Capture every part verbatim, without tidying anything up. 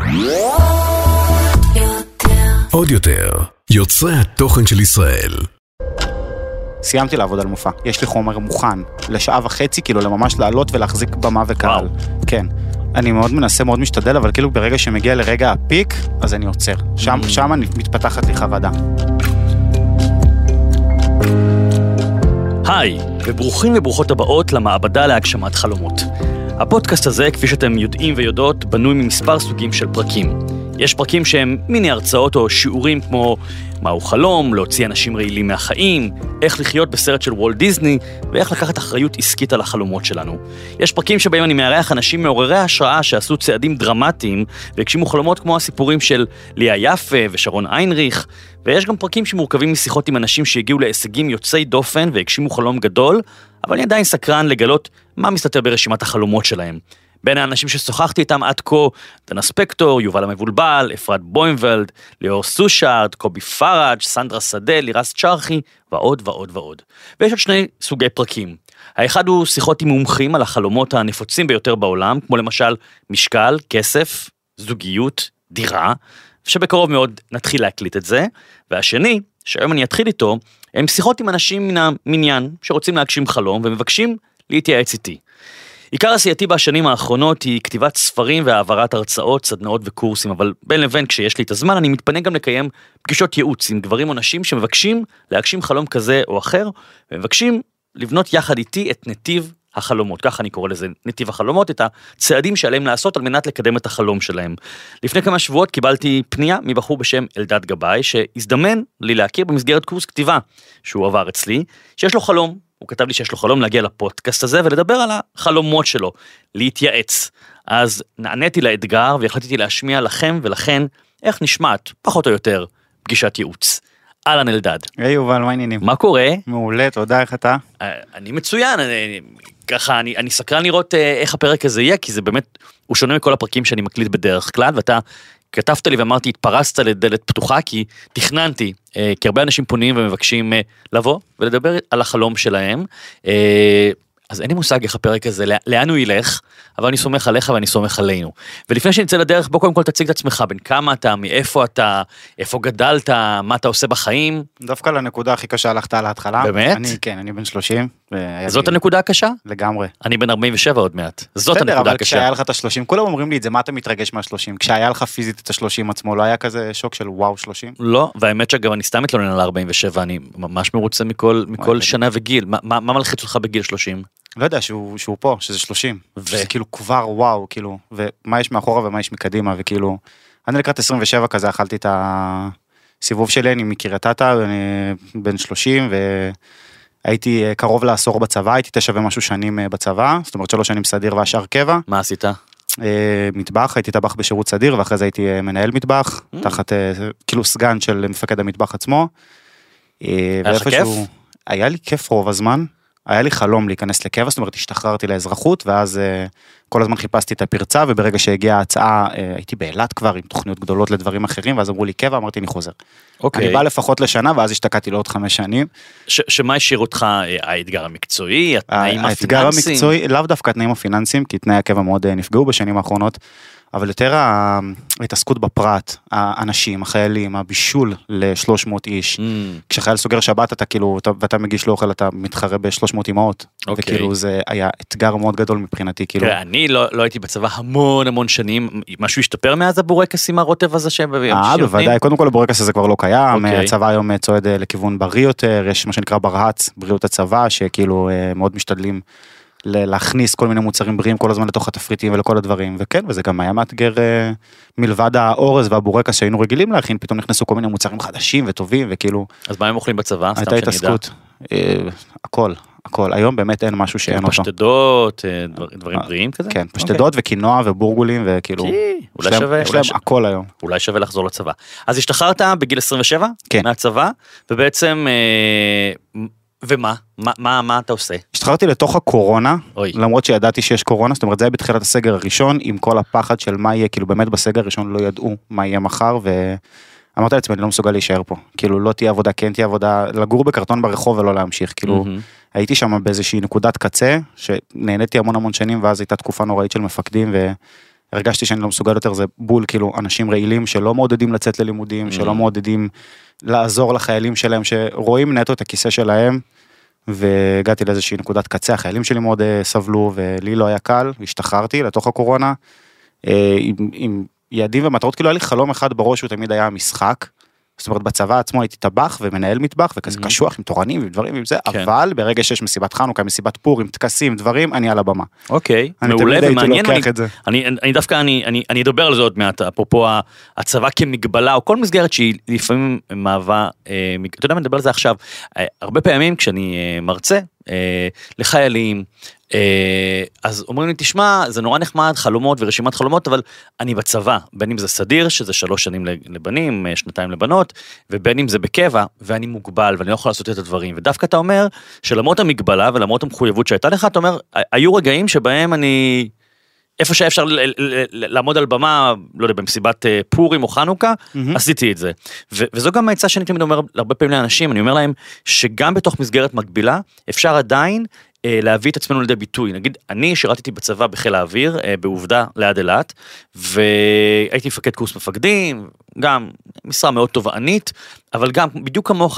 עוד יותר, יוצרי התוכן של ישראל. סיימתי לעבוד על מופע. יש לי חומר מוכן לשעה וחצי, כאילו לממש לעלות ולהחזיק במה וקהל. כן. אני מאוד מנסה, מאוד משתדל, אבל כאילו ברגע שמגיע לרגע הפיק, אז אני עוצר. שם, שם אני מתפתחת לי חרדה. היי, וברוכים וברוכות הבאות למעבדה להגשמת חלומות. הפודקאסט הזה, כפי שאתם יודעים ויודעות, בנוי ממספר סוגים של פרקים. יש פרקים שהם מיני הרצאות או שיעורים כמו מהו חלום, להוציא אנשים רעילים מהחיים, איך לחיות בסרט של וולט דיסני, ואיך לקחת אחריות עסקית על החלומות שלנו. יש פרקים שבהם אני מארח אנשים מעוררי השראה שעשו צעדים דרמטיים, והגשימו חלומות כמו הסיפורים של ליה יפה ושרון איינריך, ויש גם פרקים שמורכבים משיחות עם אנשים שהגיעו להישגים יוצאי דופן והגשימו חלום גדול, אבל אני עדיין סקרן לגלות מה מסתתר ברשימת החלומות שלהם. בין האנשים ששוחחתי איתם עד כה, דנה ספקטור, יובל המבולבל, אפרת בוימבלד, ליאור סושארד, קובי פראג', סנדרה שדה, לירס צ'רחי, ועוד ועוד ועוד. ויש עוד שני סוגי פרקים. האחד הוא שיחות עם מומחים על החלומות הנפוצים ביותר בעולם, כמו למשל משקל, כסף, זוגיות, דירה, שבקרוב מאוד נתחיל להקליט את זה. והשני, שהיום אני אתחיל איתו, הם שיחות עם אנשים מן המניין שרוצים להגשים חלום ומבקשים להתייעץ איתי. עיקר עשייתי בשנים האחרונות היא כתיבת ספרים והעברת הרצאות, סדנאות וקורסים, אבל בין לבין כשיש לי את הזמן אני מתפנה גם לקיים פגישות ייעוץ עם גברים או נשים שמבקשים להגשים חלום כזה או אחר, ומבקשים לבנות יחד איתי את נתיב החלומות, ככה אני קורא לזה נתיב החלומות, את הצעדים שעליהם לעשות על מנת לקדם את החלום שלהם. לפני כמה שבועות קיבלתי פנייה מבחור בשם אלדד גבאי, שהזדמן לי להכיר במסגרת קורס כתיבה שהוא עבר אצלי, שיש לו חלום. הוא כתב לי שיש לו חלום להגיע לפודקאסט הזה ולדבר על החלומות שלו, להתייעץ. אז נעניתי לאתגר והחלטתי להשמיע לכם ולכן איך נשמעת, פחות או יותר, פגישת ייעוץ. אהלן אלדד. היי יובל, מה העניינים? מה קורה? מעולה, תודה, איך אתה? אני מצוין, אני, ככה, אני, אני סקרן לראות איך הפרק הזה יהיה, כי זה באמת, הוא שונה מכל הפרקים שאני מקליט בדרך כלל, ואתה כתבת לי ואמרתי, התפרסת לדלת פתוחה, כי תכננתי, כי הרבה אנשים פונים ומבקשים לבוא ולדבר על החלום שלהם, אז אין לי מושג איך הפרק הזה, לאן הוא ילך, אבל אני סומך עליך ואני סומך עלינו. ולפני שנצא לדרך, בוא קודם כל תציג את עצמך, בין כמה אתה, מאיפה אתה, איפה גדלת, מה אתה עושה בחיים. דווקא לנקודה הכי קשה הלכת על ההתחלה. באמת? אני, כן, אני בן שלושים. זאת הנקודה הקשה? לגמרי. אני בן ארבעים ושבע עוד מעט. זאת הנקודה הקשה. בסדר, אבל כשהיה לך את השלושים, כולם אומרים לי את זה, מה אתה מתרגש מה-שלושים? כשהיה לך פיזית את השלושים עצמו, לא היה כזה שוק של וואו שלושים? לא, והאמת שגם אני סתם מתלונן על ארבעים ושבע, אני ממש מרוצה מכל, מכל שנה וגיל. מה, מה, מה מלחיץ אותך בגיל שלושים? לא יודע, שהוא, שהוא פה, שזה שלושים. ו... שזה כאילו כבר וואו, כאילו, ומה יש מאחורה ומה יש מקדימה, וכאילו, אני לקראת עשרים ושבע כזה, אכלתי את הסיבוב שלי, אני מקריית-אתא, אני בן שלושים, והייתי קרוב לעשור בצבא, הייתי תשע ומשהו שנים בצבא, זאת אומרת שלוש שנים סדיר והשאר קבע. מה עשית? מטבח, הייתי טבח בשירות סדיר, ואחרי זה הייתי מנהל מטבח, תחת, כאילו סגן של מפקד המטבח עצמו. היה לך כיף? היה לי כיף רוב הזמן. היה לי חלום להיכנס לקבע, זאת אומרת, השתחררתי לאזרחות, ואז uh, כל הזמן חיפשתי את הפרצה, וברגע שהגיעה ההצעה, uh, הייתי באילת כבר, עם תוכניות גדולות לדברים אחרים, ואז אמרו לי קבע, אמרתי, אני חוזר. אוקיי. אני בא לפחות לשנה, ואז השתקעתי לעוד חמש שנים. ש- שמה השאיר אותך, האתגר המקצועי, התנאים הפיננסיים? האתגר המקצועי, לאו דווקא התנאים הפיננסיים, כי תנאי הקבע מאוד נפגעו בשנים האחרונות, אבל יותר ההתעסקות בפרט, האנשים, החיילים, הבישול ל-שלוש מאות איש. Mm. כשחייל סוגר שבת, אתה כאילו, אתה, ואתה מגיש לאוכל, אתה מתחרה ב-שלוש מאות אמהות. Okay. וכאילו זה היה אתגר מאוד גדול מבחינתי, כאילו. תראה, אני לא, לא הייתי בצבא המון המון שנים, משהו השתפר מאז הבורקס עם הרוטב הזה שבביום אה, בוודאי, קודם כל הבורקס הזה כבר לא קיים, okay. הצבא היום צועד לכיוון בריא יותר, יש מה שנקרא ברהץ, בריאות הצבא, שכאילו מאוד משתדלים להכניס כל מיני מוצרים בריאים כל הזמן לתוך התפריטים ולכל הדברים, וכן, וזה גם היה מאתגר מלבד האורז והבורקס שהיינו רגילים להכין, פתאום נכנסו כל מיני מוצרים חדשים וטובים, וכאילו... אז מה הם אוכלים בצבא? הייתה התעסקות, הכל, הכל, היום באמת אין משהו שאין אותו. פשטדות, דברים בריאים כזה? כן, פשטדות וקינוע ובורגולים, וכאילו... אולי שווה... יש להם הכל היום. אולי שווה לחזור לצבא. אז השתחררת בגיל עשרים ושבע? כן. מהצבא, ובעצם... ומה? מה, מה, מה אתה עושה? השתחררתי לתוך הקורונה, אוי. למרות שידעתי שיש קורונה, זאת אומרת, זה היה בתחילת הסגר הראשון, עם כל הפחד של מה יהיה, כאילו באמת בסגר הראשון לא ידעו מה יהיה מחר, ואמרתי לעצמי, אני לא מסוגל להישאר פה, כאילו לא תהיה עבודה, כן תהיה עבודה, לגור בקרטון ברחוב ולא להמשיך, כאילו, mm-hmm. הייתי שם באיזושהי נקודת קצה, שנהניתי המון המון שנים, ואז הייתה תקופה נוראית של מפקדים, הרגשתי שאני לא מסוגל יותר, זה בול, כאילו, אנשים רעילים שלא מעודדים לצאת ללימודים, שלא מעודדים לעזור לחיילים שלהם, שרואים נטו את הכיסא שלהם, והגעתי לאיזושהי נקודת קצה, החיילים שלי מאוד סבלו, ולי לא היה קל, השתחררתי לתוך הקורונה, עם, עם יעדים ומטרות, כאילו היה לי חלום אחד בראש, הוא תמיד היה המשחק, זאת אומרת, בצבא עצמו הייתי טבח ומנהל מטבח, וכזה mm-hmm. קשוח עם תורנים ודברים ועם זה, כן. אבל ברגע שיש מסיבת חנוכה, מסיבת פורים, טקסים, דברים, אני על הבמה. אוקיי, מעולה ומעניין, אני, אני, אני דווקא, אני, אני, אני אדבר על זה עוד מעט, אפרופו הצבא כמגבלה, או כל מסגרת שהיא לפעמים מהווה, אה, אתה יודע מה, נדבר על זה עכשיו, אה, הרבה פעמים כשאני אה, מרצה, אה, לחיילים, אז אומרים לי, תשמע, זה נורא נחמד, חלומות ורשימת חלומות, אבל אני בצבא, בין אם זה סדיר, שזה שלוש שנים לבנים, שנתיים לבנות, ובין אם זה בקבע, ואני מוגבל, ואני לא יכול לעשות את הדברים, ודווקא אתה אומר, שלמרות המגבלה, ולמרות המחויבות שהייתה לך, אתה אומר, היו רגעים שבהם אני, איפה שאפשר לעמוד על במה, לא יודע, במסיבת פורים או חנוכה, עשיתי את זה. וזו גם העצה שאני תמיד אומר, הרבה פעמים לאנשים, אני אומר להם, שגם בתוך מסגרת מקבילה, אפשר עדיין להביא את עצמנו לידי ביטוי. נגיד, אני שירתתי בצבא בחיל האוויר, בעובדה ליד אילת, והייתי מפקד קורס מפקדים, גם משרה מאוד תובענית, אבל גם בדיוק כמוך,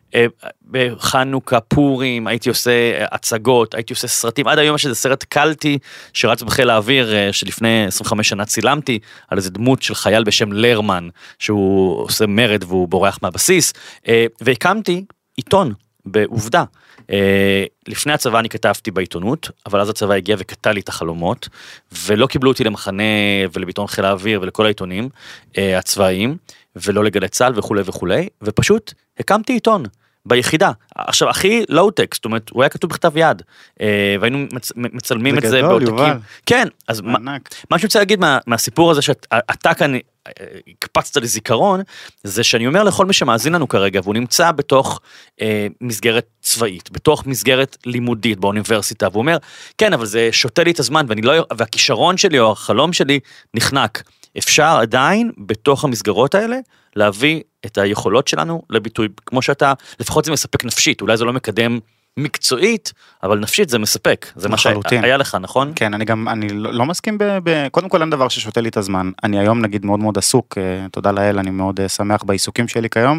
בחנוכה, פורים, הייתי עושה הצגות, הייתי עושה סרטים, עד היום יש איזה סרט קלטי, שרץ בחיל האוויר, שלפני עשרים וחמש שנה צילמתי, על איזה דמות של חייל בשם לרמן, שהוא עושה מרד והוא בורח מהבסיס, והקמתי עיתון, בעובדה. לפני הצבא אני כתבתי בעיתונות, אבל אז הצבא הגיע וקטע לי את החלומות, ולא קיבלו אותי למחנה ולביטאון חיל האוויר ולכל העיתונים הצבאיים, ולא לגלי צה"ל וכו' וכו', ופשוט הקמתי עיתון ביחידה. עכשיו, הכי לואו-טק, זאת אומרת, הוא היה כתוב בכתב יד, והיינו מצלמים את זה בעותקים. כן, אז מה שאני רוצה להגיד מהסיפור הזה, שאתה כאן הקפצת לזיכרון, זה שאני אומר לכל מי שמאזין לנו כרגע, והוא נמצא בתוך אה, מסגרת צבאית, בתוך מסגרת לימודית באוניברסיטה, והוא אומר, כן, אבל זה שותה לי את הזמן, ואני לא, והכישרון שלי או החלום שלי נחנק. אפשר עדיין בתוך המסגרות האלה, להביא את היכולות שלנו לביטוי, כמו שאתה, לפחות זה מספק נפשית, אולי זה לא מקדם מקצועית, אבל נפשית זה מספק, זה מה שהיה לך, נכון? כן, אני גם, אני לא מסכים ב... ב... קודם כל אין דבר ששותה לי את הזמן, אני היום נגיד מאוד מאוד עסוק, תודה לאל, אני מאוד שמח בעיסוקים שלי כיום,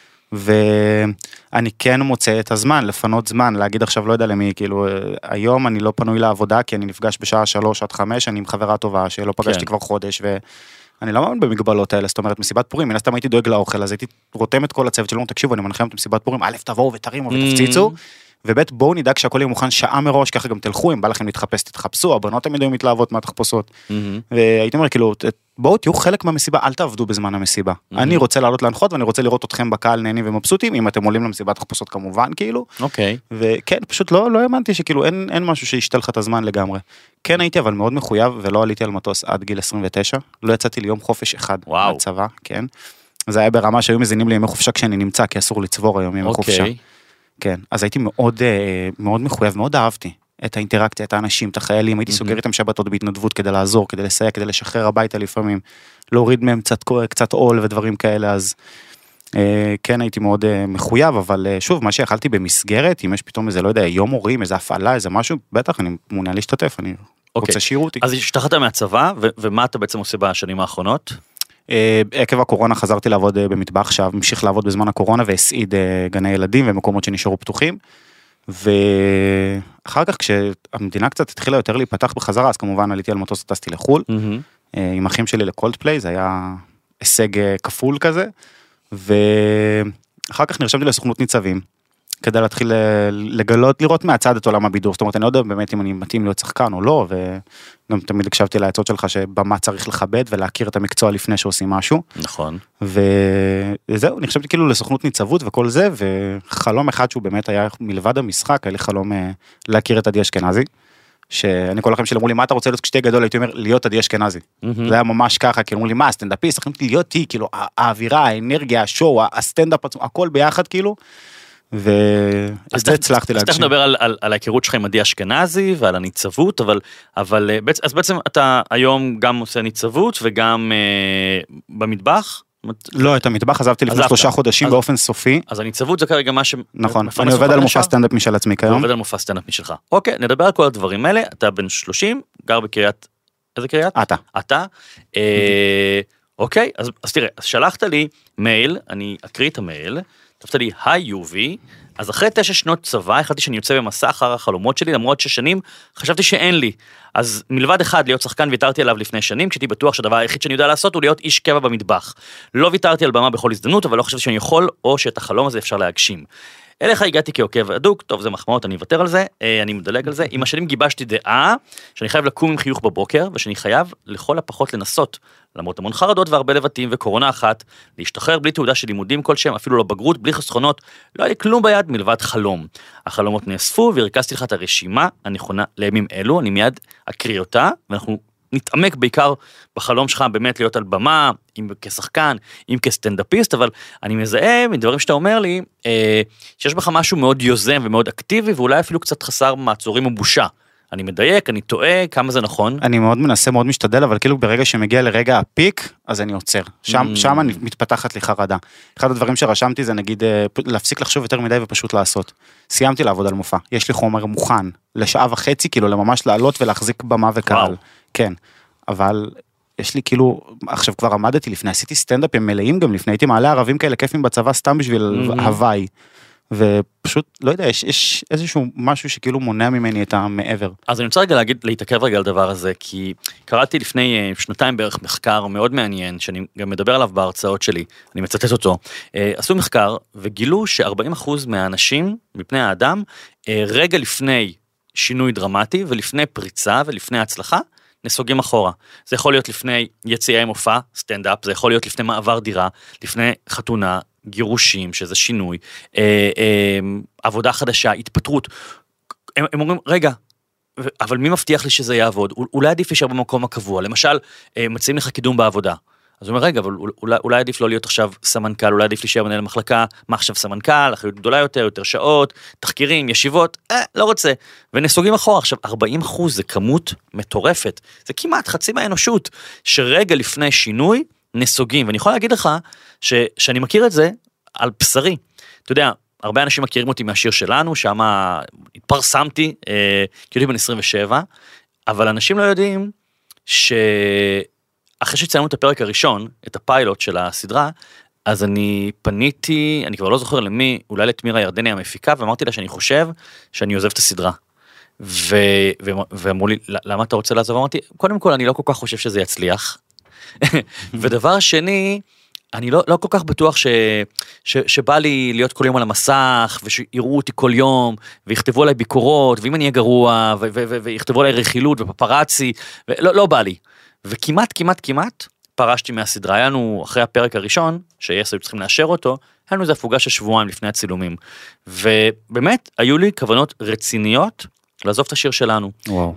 ואני כן מוצא את הזמן, לפנות זמן, להגיד עכשיו לא יודע למי, כאילו, היום אני לא פנוי לעבודה, כי אני נפגש בשעה שלוש עד חמש, אני עם חברה טובה, שלא פגשתי כבר חודש, ו... אני לא מאמין במגבלות האלה, זאת אומרת, מסיבת פורים, מן הסתם הייתי דואג לאוכל, אז הייתי רותם את כל הצוות שלנו, תקשיבו, אני מנחם את מסיבת פורים, א', תבואו ותרימו ותפציצו, וב', בואו נדאג שהכל יהיה מוכן שעה מראש, ככה גם תלכו, אם בא לכם להתחפש, תתחפשו, הבנות תמיד היו מתלהבות מהתחפושות, והייתי אומר, כאילו, בואו תהיו חלק מהמסיבה, אל תעבדו בזמן המסיבה, אני רוצה לעלות להנחות, ואני רוצה לראות אתכם בקהל נהנים ומבסוטים, אם אתם עולים למסיבת תחפושות כמובן, כאילו, וכן, פשוט לא, לא האמנתי שכאילו אין, אין משהו שישתה לך את הזמן לגמרי. כן הייתי אבל מאוד מחויב, ולא עליתי על מטוס עד גיל עשרים ותשע, לא יצאתי ליום חופש אחד מהצבא, כן. זה היה ברמה שהיו מזינים לי ימי חופשה כשאני נמצא, כי אסור לצבור היום ימי חופשה. כן, אז הייתי מאוד, מאוד מחויב, מאוד אהבתי את האינטראקציה, את האנשים, את החיילים, הייתי סוגר איתם שבתות בהתנדבות כדי לעזור, כדי לסייע, כדי לשחרר הביתה לפעמים, להוריד מהם קצת, קצת עול ודברים כאלה, אז כן הייתי מאוד מחויב, אבל שוב, מה שיכלתי במסגרת, אם יש פתאום איזה, לא יודע, יום הורים, איזה הפעלה, איזה משהו, בטח, אני מעוניין להשתתף, אני רוצה שיראו אותי. אז השתחררת מהצבא, ומה אתה בעצם עושה בשנים האחרונות? עקב הקורונה חזרתי לעבוד במטבח, שהמשיך לעבוד בזמן הקורונה, והסעיד גני ילדים ומקומות שנשארו פתוחים, ואחר כך כשהמדינה קצת התחילה יותר להיפתח בחזרה, אז כמובן עליתי על מטוס, טסתי לחול, עם אחים שלי לקולדפליי, זה היה הישג כפול כזה, ואחר כך נרשמתי לסוכנות ניצבים, כדי להתחיל לגלות, לראות מהצד את עולם הבידור, זאת אומרת, אני לא יודע באמת אם אני מתאים להיות שחקן או לא, וגם תמיד הקשבתי לעצות שלך שבמה צריך לכבד ולהכיר את המקצוע לפני שעושים משהו. נכון. וזהו, נרשמתי כאילו לסוכנות ניצבות וכל זה, וחלום אחד שהוא באמת היה מלבד המשחק, היה לי חלום להכיר את עדי אשכנזי, שאני כל החיים שלי אמרו לי, מה אתה רוצה להיות כשתהיה גדול? הייתי אומר, להיות עדי אשכנזי. זה היה ממש ככה, כאילו אמרו לי, מה, הסטנדאפיסט? החלמתי להיות תי, כאילו, האווירה, האנרגיה, השואו, הסטנדאפ, הכל ביחד, כאילו. ואת זה הצלחתי להגשים. אז תכף נדבר על, על, על ההיכרות שלך עם עדי אשכנזי ועל הניצבות, אבל, אבל אז בעצם אתה היום גם עושה ניצבות וגם אה, במטבח? לא, את המטבח עזבתי לפני שלושה חודשים אז, באופן סופי. אז הניצבות זה כרגע מה ש... נכון, אני עובד על מופע סטנדאפ משל עצמי כיום. עובד על מופע סטנדאפ משלך. אוקיי, נדבר על כל הדברים האלה, אתה בן שלושים, גר בקריית איזה קריית? אתה. אתה? אוקיי, אז תראה, אז שלחת לי מייל, אני אקריא את המייל, כתבת לי, היי יובי, אז אחרי תשע שנות צבא, החלטתי שאני יוצא במסע אחר החלומות שלי, למרות שש שנים חשבתי שאין לי. אז מלבד אחד, להיות שחקן, ויתרתי עליו לפני שנים, כשהייתי בטוח שהדבר היחיד שאני יודע לעשות הוא להיות איש קבע במטבח. לא ויתרתי על במה בכל הזדמנות, אבל לא חשבתי שאני יכול, או שאת החלום הזה אפשר להגשים. אליך הגעתי כעוקב הדוק, טוב זה מחמאות, אני אוותר על זה, אני מדלג על זה. עם השנים גיבשתי דעה, שאני חייב לקום עם חיוך בבוקר, ושאני חייב לכל הפחות לנסות, למרות המון חרדות והרבה לבטים וקורונה אחת, להשתחרר בלי תעודה של לימודים כלשהם, אפילו לא בגרות, בלי חסכונות, לא היה לי כלום ביד מלבד חלום. החלומות נאספו והרכזתי לך את הרשימה הנכונה לימים אלו, אני מיד אקריא אותה, ואנחנו נתעמק בעיקר בחלום שלך באמת להיות על במה, אם כשחקן, אם כסטנדאפיסט, אבל אני מזהה מדברים שאתה אומר לי, אה, שיש בך משהו מאוד יוזם ומאוד אקטיבי, ואולי אפילו קצת חסר מעצורים ובושה. אני מדייק, אני טועה, כמה זה נכון? אני מאוד מנסה, מאוד משתדל, אבל כאילו ברגע שמגיע לרגע הפיק, אז אני עוצר. שם, mm. שם אני מתפתחת לי חרדה. אחד הדברים שרשמתי זה נגיד, להפסיק לחשוב יותר מדי ופשוט לעשות. סיימתי לעבוד על מופע. יש לי חומר מוכן, לשעה וחצי, כאילו לממש לעלות ולהחזיק במה וקהל. וואו. כן, אבל יש לי כאילו, עכשיו כבר עמדתי לפני, עשיתי סטנדאפים מלאים גם לפני, הייתי מעלה ערבים כאלה כיפים בצבא סתם בשביל mm-hmm. הוואי. ופשוט, לא יודע, יש, יש איזשהו משהו שכאילו מונע ממני את המעבר. אז אני רוצה רגע להגיד, להתעכב רגע על דבר הזה, כי קראתי לפני שנתיים בערך מחקר מאוד מעניין, שאני גם מדבר עליו בהרצאות שלי, אני מצטט אותו, עשו מחקר וגילו ש-ארבעים אחוז מהאנשים, מפני האדם, רגע לפני שינוי דרמטי ולפני פריצה ולפני הצלחה, נסוגים אחורה. זה יכול להיות לפני יציאה עם הופעה, סטנדאפ, זה יכול להיות לפני מעבר דירה, לפני חתונה, גירושים, שזה שינוי, אה, אה, עבודה חדשה, התפטרות. הם, הם אומרים, רגע, אבל מי מבטיח לי שזה יעבוד? אולי עדיף להישאר במקום הקבוע. למשל, אה, מציעים לך קידום בעבודה. אז הוא אומר, רגע, אבל אולי, אולי עדיף לא להיות עכשיו סמנכ"ל, אולי עדיף להישאר מנהל מחלקה, מה עכשיו סמנכ"ל, אחריות גדולה יותר, יותר שעות, תחקירים, ישיבות, אה, לא רוצה. ונסוגים אחורה. עכשיו, ארבעים אחוז זה כמות מטורפת. זה כמעט חצי מהאנושות, שרגע לפני שינוי, נסוגים. ואני יכול להגיד לך, ש, שאני מכיר את זה על בשרי. אתה יודע, הרבה אנשים מכירים אותי מהשיר שלנו, שמה התפרסמתי, אה, כאילו בן עשרים ושבע, אבל אנשים לא יודעים, ש... אחרי שציינו את הפרק הראשון, את הפיילוט של הסדרה, אז אני פניתי, אני כבר לא זוכר למי, אולי לתמירה ירדני המפיקה, ואמרתי לה שאני חושב שאני עוזב את הסדרה. ו... ו... ואמרו לי, למה אתה רוצה לעזוב? אמרתי, קודם כל, אני לא כל כך חושב שזה יצליח. ודבר שני, אני לא, לא כל כך בטוח ש... ש... שבא לי להיות כל יום על המסך, ושיראו אותי כל יום, ויכתבו עליי ביקורות, ואם אני אהיה גרוע, ו... ו... ו... ויכתבו עליי רכילות ופפרצי, ולא לא בא לי. וכמעט, כמעט, כמעט, פרשתי מהסדרה. היה לנו, אחרי הפרק הראשון, שיס היו צריכים לאשר אותו, היה לנו איזו הפוגה של שבועיים לפני הצילומים. ובאמת, היו לי כוונות רציניות, לעזוב את השיר שלנו. וואו.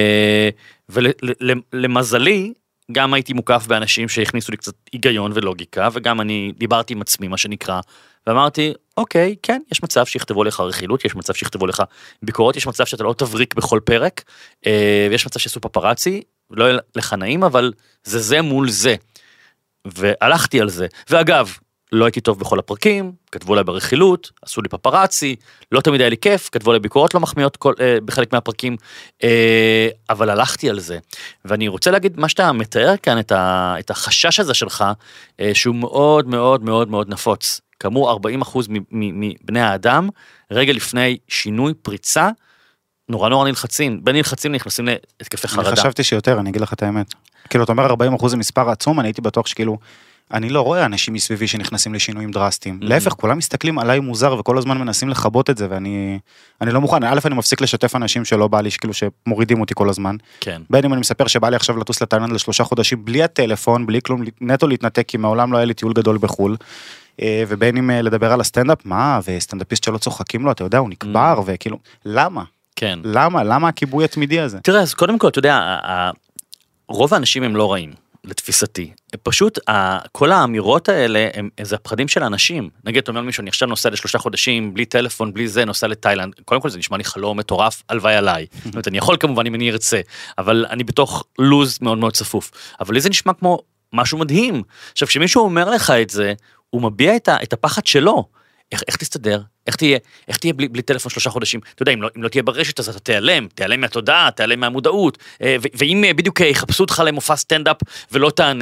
ולמזלי, גם הייתי מוקף באנשים שהכניסו לי קצת היגיון ולוגיקה, וגם אני דיברתי עם עצמי, מה שנקרא, ואמרתי, אוקיי, כן, יש מצב שיכתבו לך רכילות, יש מצב שיכתבו לך ביקורות, יש מצב שאתה לא תבריק בכל פרק, ויש מצב שעשו פפרצי, לא לך נעים, אבל זה זה מול זה. והלכתי על זה. ואגב, לא הייתי טוב בכל הפרקים, כתבו עליי ברכילות, עשו לי פפרצי, לא תמיד היה לי כיף, כתבו עליי ביקורות לא מחמיאות כל, אה, בחלק מהפרקים, אה, אבל הלכתי על זה. ואני רוצה להגיד מה שאתה מתאר כאן, את, ה, את החשש הזה שלך, אה, שהוא מאוד מאוד מאוד מאוד נפוץ. כאמור, ארבעים אחוז מבני האדם, רגע לפני שינוי פריצה, נורא נורא נלחצים, בין נלחצים נכנסים להתקפי חרדה. אני חשבתי שיותר, אני אגיד לך את האמת. כאילו, אתה אומר ארבעים אחוז זה מספר עצום, אני הייתי בטוח שכאילו, אני לא רואה אנשים מסביבי שנכנסים לשינויים דרסטיים. להפך, כולם מסתכלים עליי מוזר, וכל הזמן מנסים לחבות את זה, ואני אני לא מוכן. א', אני מפסיק לשתף אנשים שלא בא לי, כאילו שמורידים אותי כל הזמן. כן. בין אם אני מספר שבא לי עכשיו לטוס לתאילנד לשלושה חודשים, בלי הטלפון, בלי כלום, נטו להתנתק, כי מעולם לא היה לי טיול גדול בחול. ובין אם לדבר על הסטנדאפ, מה, וסטנדאפיסט שלא צוחקים לו, אתה יודע, הוא נקבר, וכאילו, למה? כן. למה? למה הכיבוי התמידי הזה? תראה, אז קודם כל, אתה יודע, רוב האנשים הם לא רעים, לתפיסתי. פשוט, כל האמירות האלה, זה הפחדים של האנשים. נגיד, אתה אומר מישהו, אני עכשיו נוסע לשלושה חודשים, בלי טלפון, בלי זה, נוסע לתאילנד. קודם כל, זה נשמע לי חלום מטורף, הלוואי עליי. זאת אומרת, אני יכול כמובן, אם אני ארצה, אבל אני בתוך לוז מאוד מאוד צפוף. אבל לי זה נשמע כמו משהו מדהים. עכשיו, כשמישהו אומר לך את זה, הוא מביע את הפחד שלו. איך, איך תסתדר? איך תהיה, איך תהיה בלי, בלי טלפון שלושה חודשים? אתה יודע, אם לא, אם לא תהיה ברשת, אז אתה תיעלם, תיעלם מהתודעה, תיעלם מהמודעות, ו, ואם בדיוק יחפשו אותך למופע סטנדאפ ולא תענה,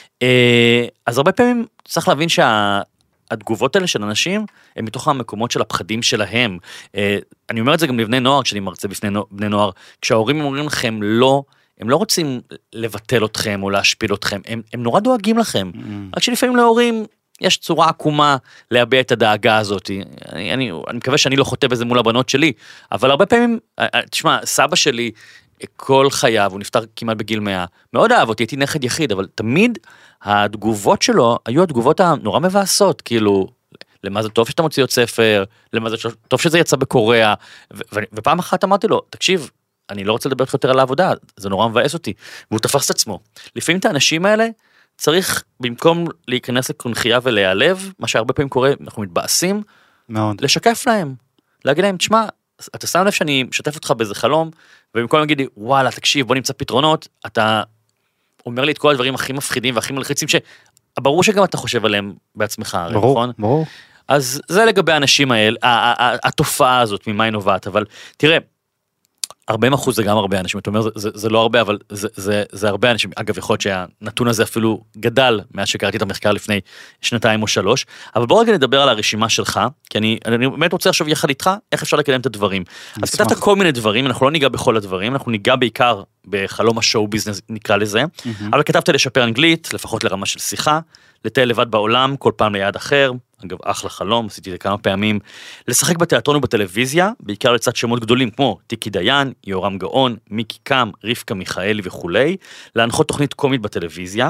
אז הרבה פעמים צריך להבין שהתגובות האלה של אנשים, הם מתוך המקומות של הפחדים שלהם. אני אומר את זה גם לבני נוער, כשאני מרצה בפני בני נוער, כשההורים אומרים לכם לא, הם לא רוצים לבטל אתכם או להשפיל אתכם, הם, הם נורא דואגים לכם. Mm. רק שלפעמים להורים יש צורה עקומה להביע את הדאגה הזאת. אני, אני, אני מקווה שאני לא חוטא בזה מול הבנות שלי, אבל הרבה פעמים, תשמע, סבא שלי, כל חייו, הוא נפטר כמעט בגיל מאה, מאוד אהב אותי, הייתי נכד יחיד, אבל תמיד התגובות שלו היו התגובות הנורא מבאסות, כאילו, למה זה טוב שאתה מוציא עוד ספר, למה זה טוב שזה יצא בקוריאה, ו- ו- ופעם אחת אמרתי לו, תקשיב, אני לא רוצה לדבר יותר על העבודה, זה נורא מבאס אותי, והוא תפס את עצמו. לפעמים את האנשים האלה, צריך במקום להיכנס לקונחייה ולהיעלב, מה שהרבה פעמים קורה, אנחנו מתבאסים, מאוד. לשקף להם, להגיד להם, תשמע, אתה שם לב שאני משתף אותך באיזה חלום, ובמקום להגיד לי, וואלה, תקשיב, בוא נמצא פתרונות, אתה אומר לי את כל הדברים הכי מפחידים והכי מלחיצים, שברור שגם אתה חושב עליהם בעצמך, ברור, נכון? ברור. אז זה לגבי האנשים האלה, התופעה הזאת, ממה היא נובעת, אבל תראה, ארבעים אחוז זה גם הרבה אנשים, אתה אומר, זה, זה, זה לא הרבה, אבל זה, זה, זה הרבה אנשים, אגב, יכול להיות שהנתון הזה אפילו גדל, מאז שקראתי את המחקר לפני שנתיים או שלוש, אבל בוא רגע נדבר על הרשימה שלך, כי אני, אני באמת רוצה עכשיו יחד איתך, איך אפשר לקדם את הדברים. אז כתבת כל מיני דברים, אנחנו לא ניגע בכל הדברים, אנחנו ניגע בעיקר בחלום השואו ביזנס, נקרא לזה, אבל כתבת לשפר אנגלית, לפחות לרמה של שיחה, לטייל לבד בעולם, כל פעם ליעד אחר, אגב, אחלה חלום, עשיתי את זה כמה פעמים, לשחק בתיאטרון ובטלוויזיה, בעיקר לצד שמות גדולים, כמו טיקי דיין, יורם גאון, מיקי קם, רבקה מיכאלי וכולי, להנחות תוכנית קומית בטלוויזיה,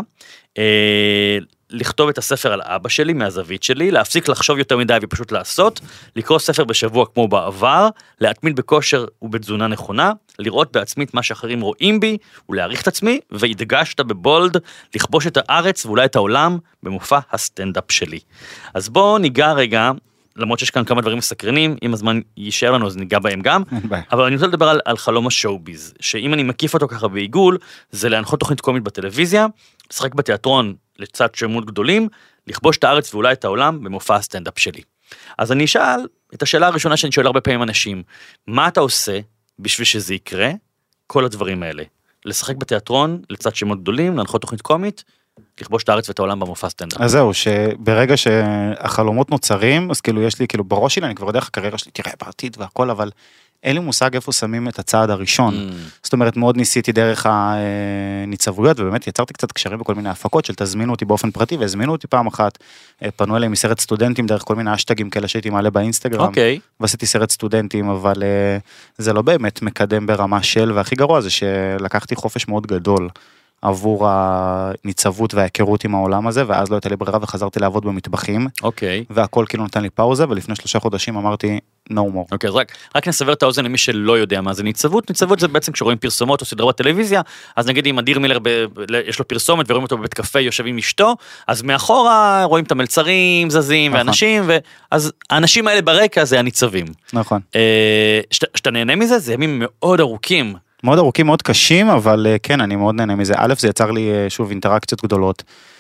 אה, לכתוב את הספר על אבא שלי, מהזווית שלי, להפסיק לחשוב יותר מדי ופשוט לעשות, לקרוא ספר בשבוע כמו בעבר, להתמיד בכושר ובתזונה נכונה, לראות בעצמי את מה שאחרים רואים בי, ולהעריך את עצמי, והדגשת בבולד, לכבוש את הארץ ואולי את העולם, במופע הסטנדאפ שלי. אז בואו ניגע רגע, למרות שיש כאן כמה דברים מסקרנים, אם הזמן יישאר לנו אז ניגע בהם גם, אבל אני רוצה לדבר על, על חלום השואו-ביז, שאם אני מקיף אותו ככה בעיגול, זה להנחות תוכנית קומית בטלוויזיה, לשחק בתיאטרון לצד שמות גדולים, לכבוש את הארץ ואולי את העולם במופע הסטנדאפ שלי. אז אני אשאל את השאלה הראשונה שאני שואל הרבה פעמים אנשים, מה אתה עושה בשביל שזה יקרה? כל הדברים האלה. לשחק בתיאטרון לצד שמות גדולים, להנחות תוכנית קומית, לכבוש את הארץ ואת העולם במופע סטנדאפ. אז זהו, שברגע שהחלומות נוצרים, אז כאילו יש לי, כאילו בראש שלי, אני כבר יודע איך הקריירה שלי תראה בעתיד והכל, אבל אין לי מושג איפה שמים את הצעד הראשון. Mm. זאת אומרת, מאוד ניסיתי דרך הניצבויות, ובאמת יצרתי קצת קשרים בכל מיני הפקות של תזמינו אותי באופן פרטי, והזמינו אותי פעם אחת, פנו אליי מסרט סטודנטים דרך כל מיני אשטגים כאלה שהייתי מעלה באינסטגרם, okay. ועשיתי סרט סטודנטים, אבל זה לא באמת מקדם ברמה של, והכי גרוע זה שלקחתי חופש מאוד גדול, עבור הניצבות וההיכרות עם העולם הזה, ואז לא הייתה לי ברירה וחזרתי לעבוד במטבחים, אוקיי. והכל כאילו נתן לי פאוזה, ולפני שלושה חודשים אמרתי, no more. אוקיי, אז רק, רק נסבר את האוזן למי שלא יודע מה זה ניצבות. ניצבות זה בעצם כשרואים פרסומות או סדרה בטלוויזיה, אז נגיד אם אדיר מילר, ב, ב, יש לו פרסומת ורואים אותו בבית קפה, יושב עם אשתו, אז מאחורה רואים את המלצרים, זזים, נכון. ואנשים, ואז האנשים האלה ברקע זה הניצבים. נכון. אה, שת, שת נהנה מזה, זה ימים מאוד ארוכים. מאוד ארוכים, מאוד קשים, אבל כן, אני מאוד נהנה מזה. א', זה יצר לי שוב אינטראקציות גדולות.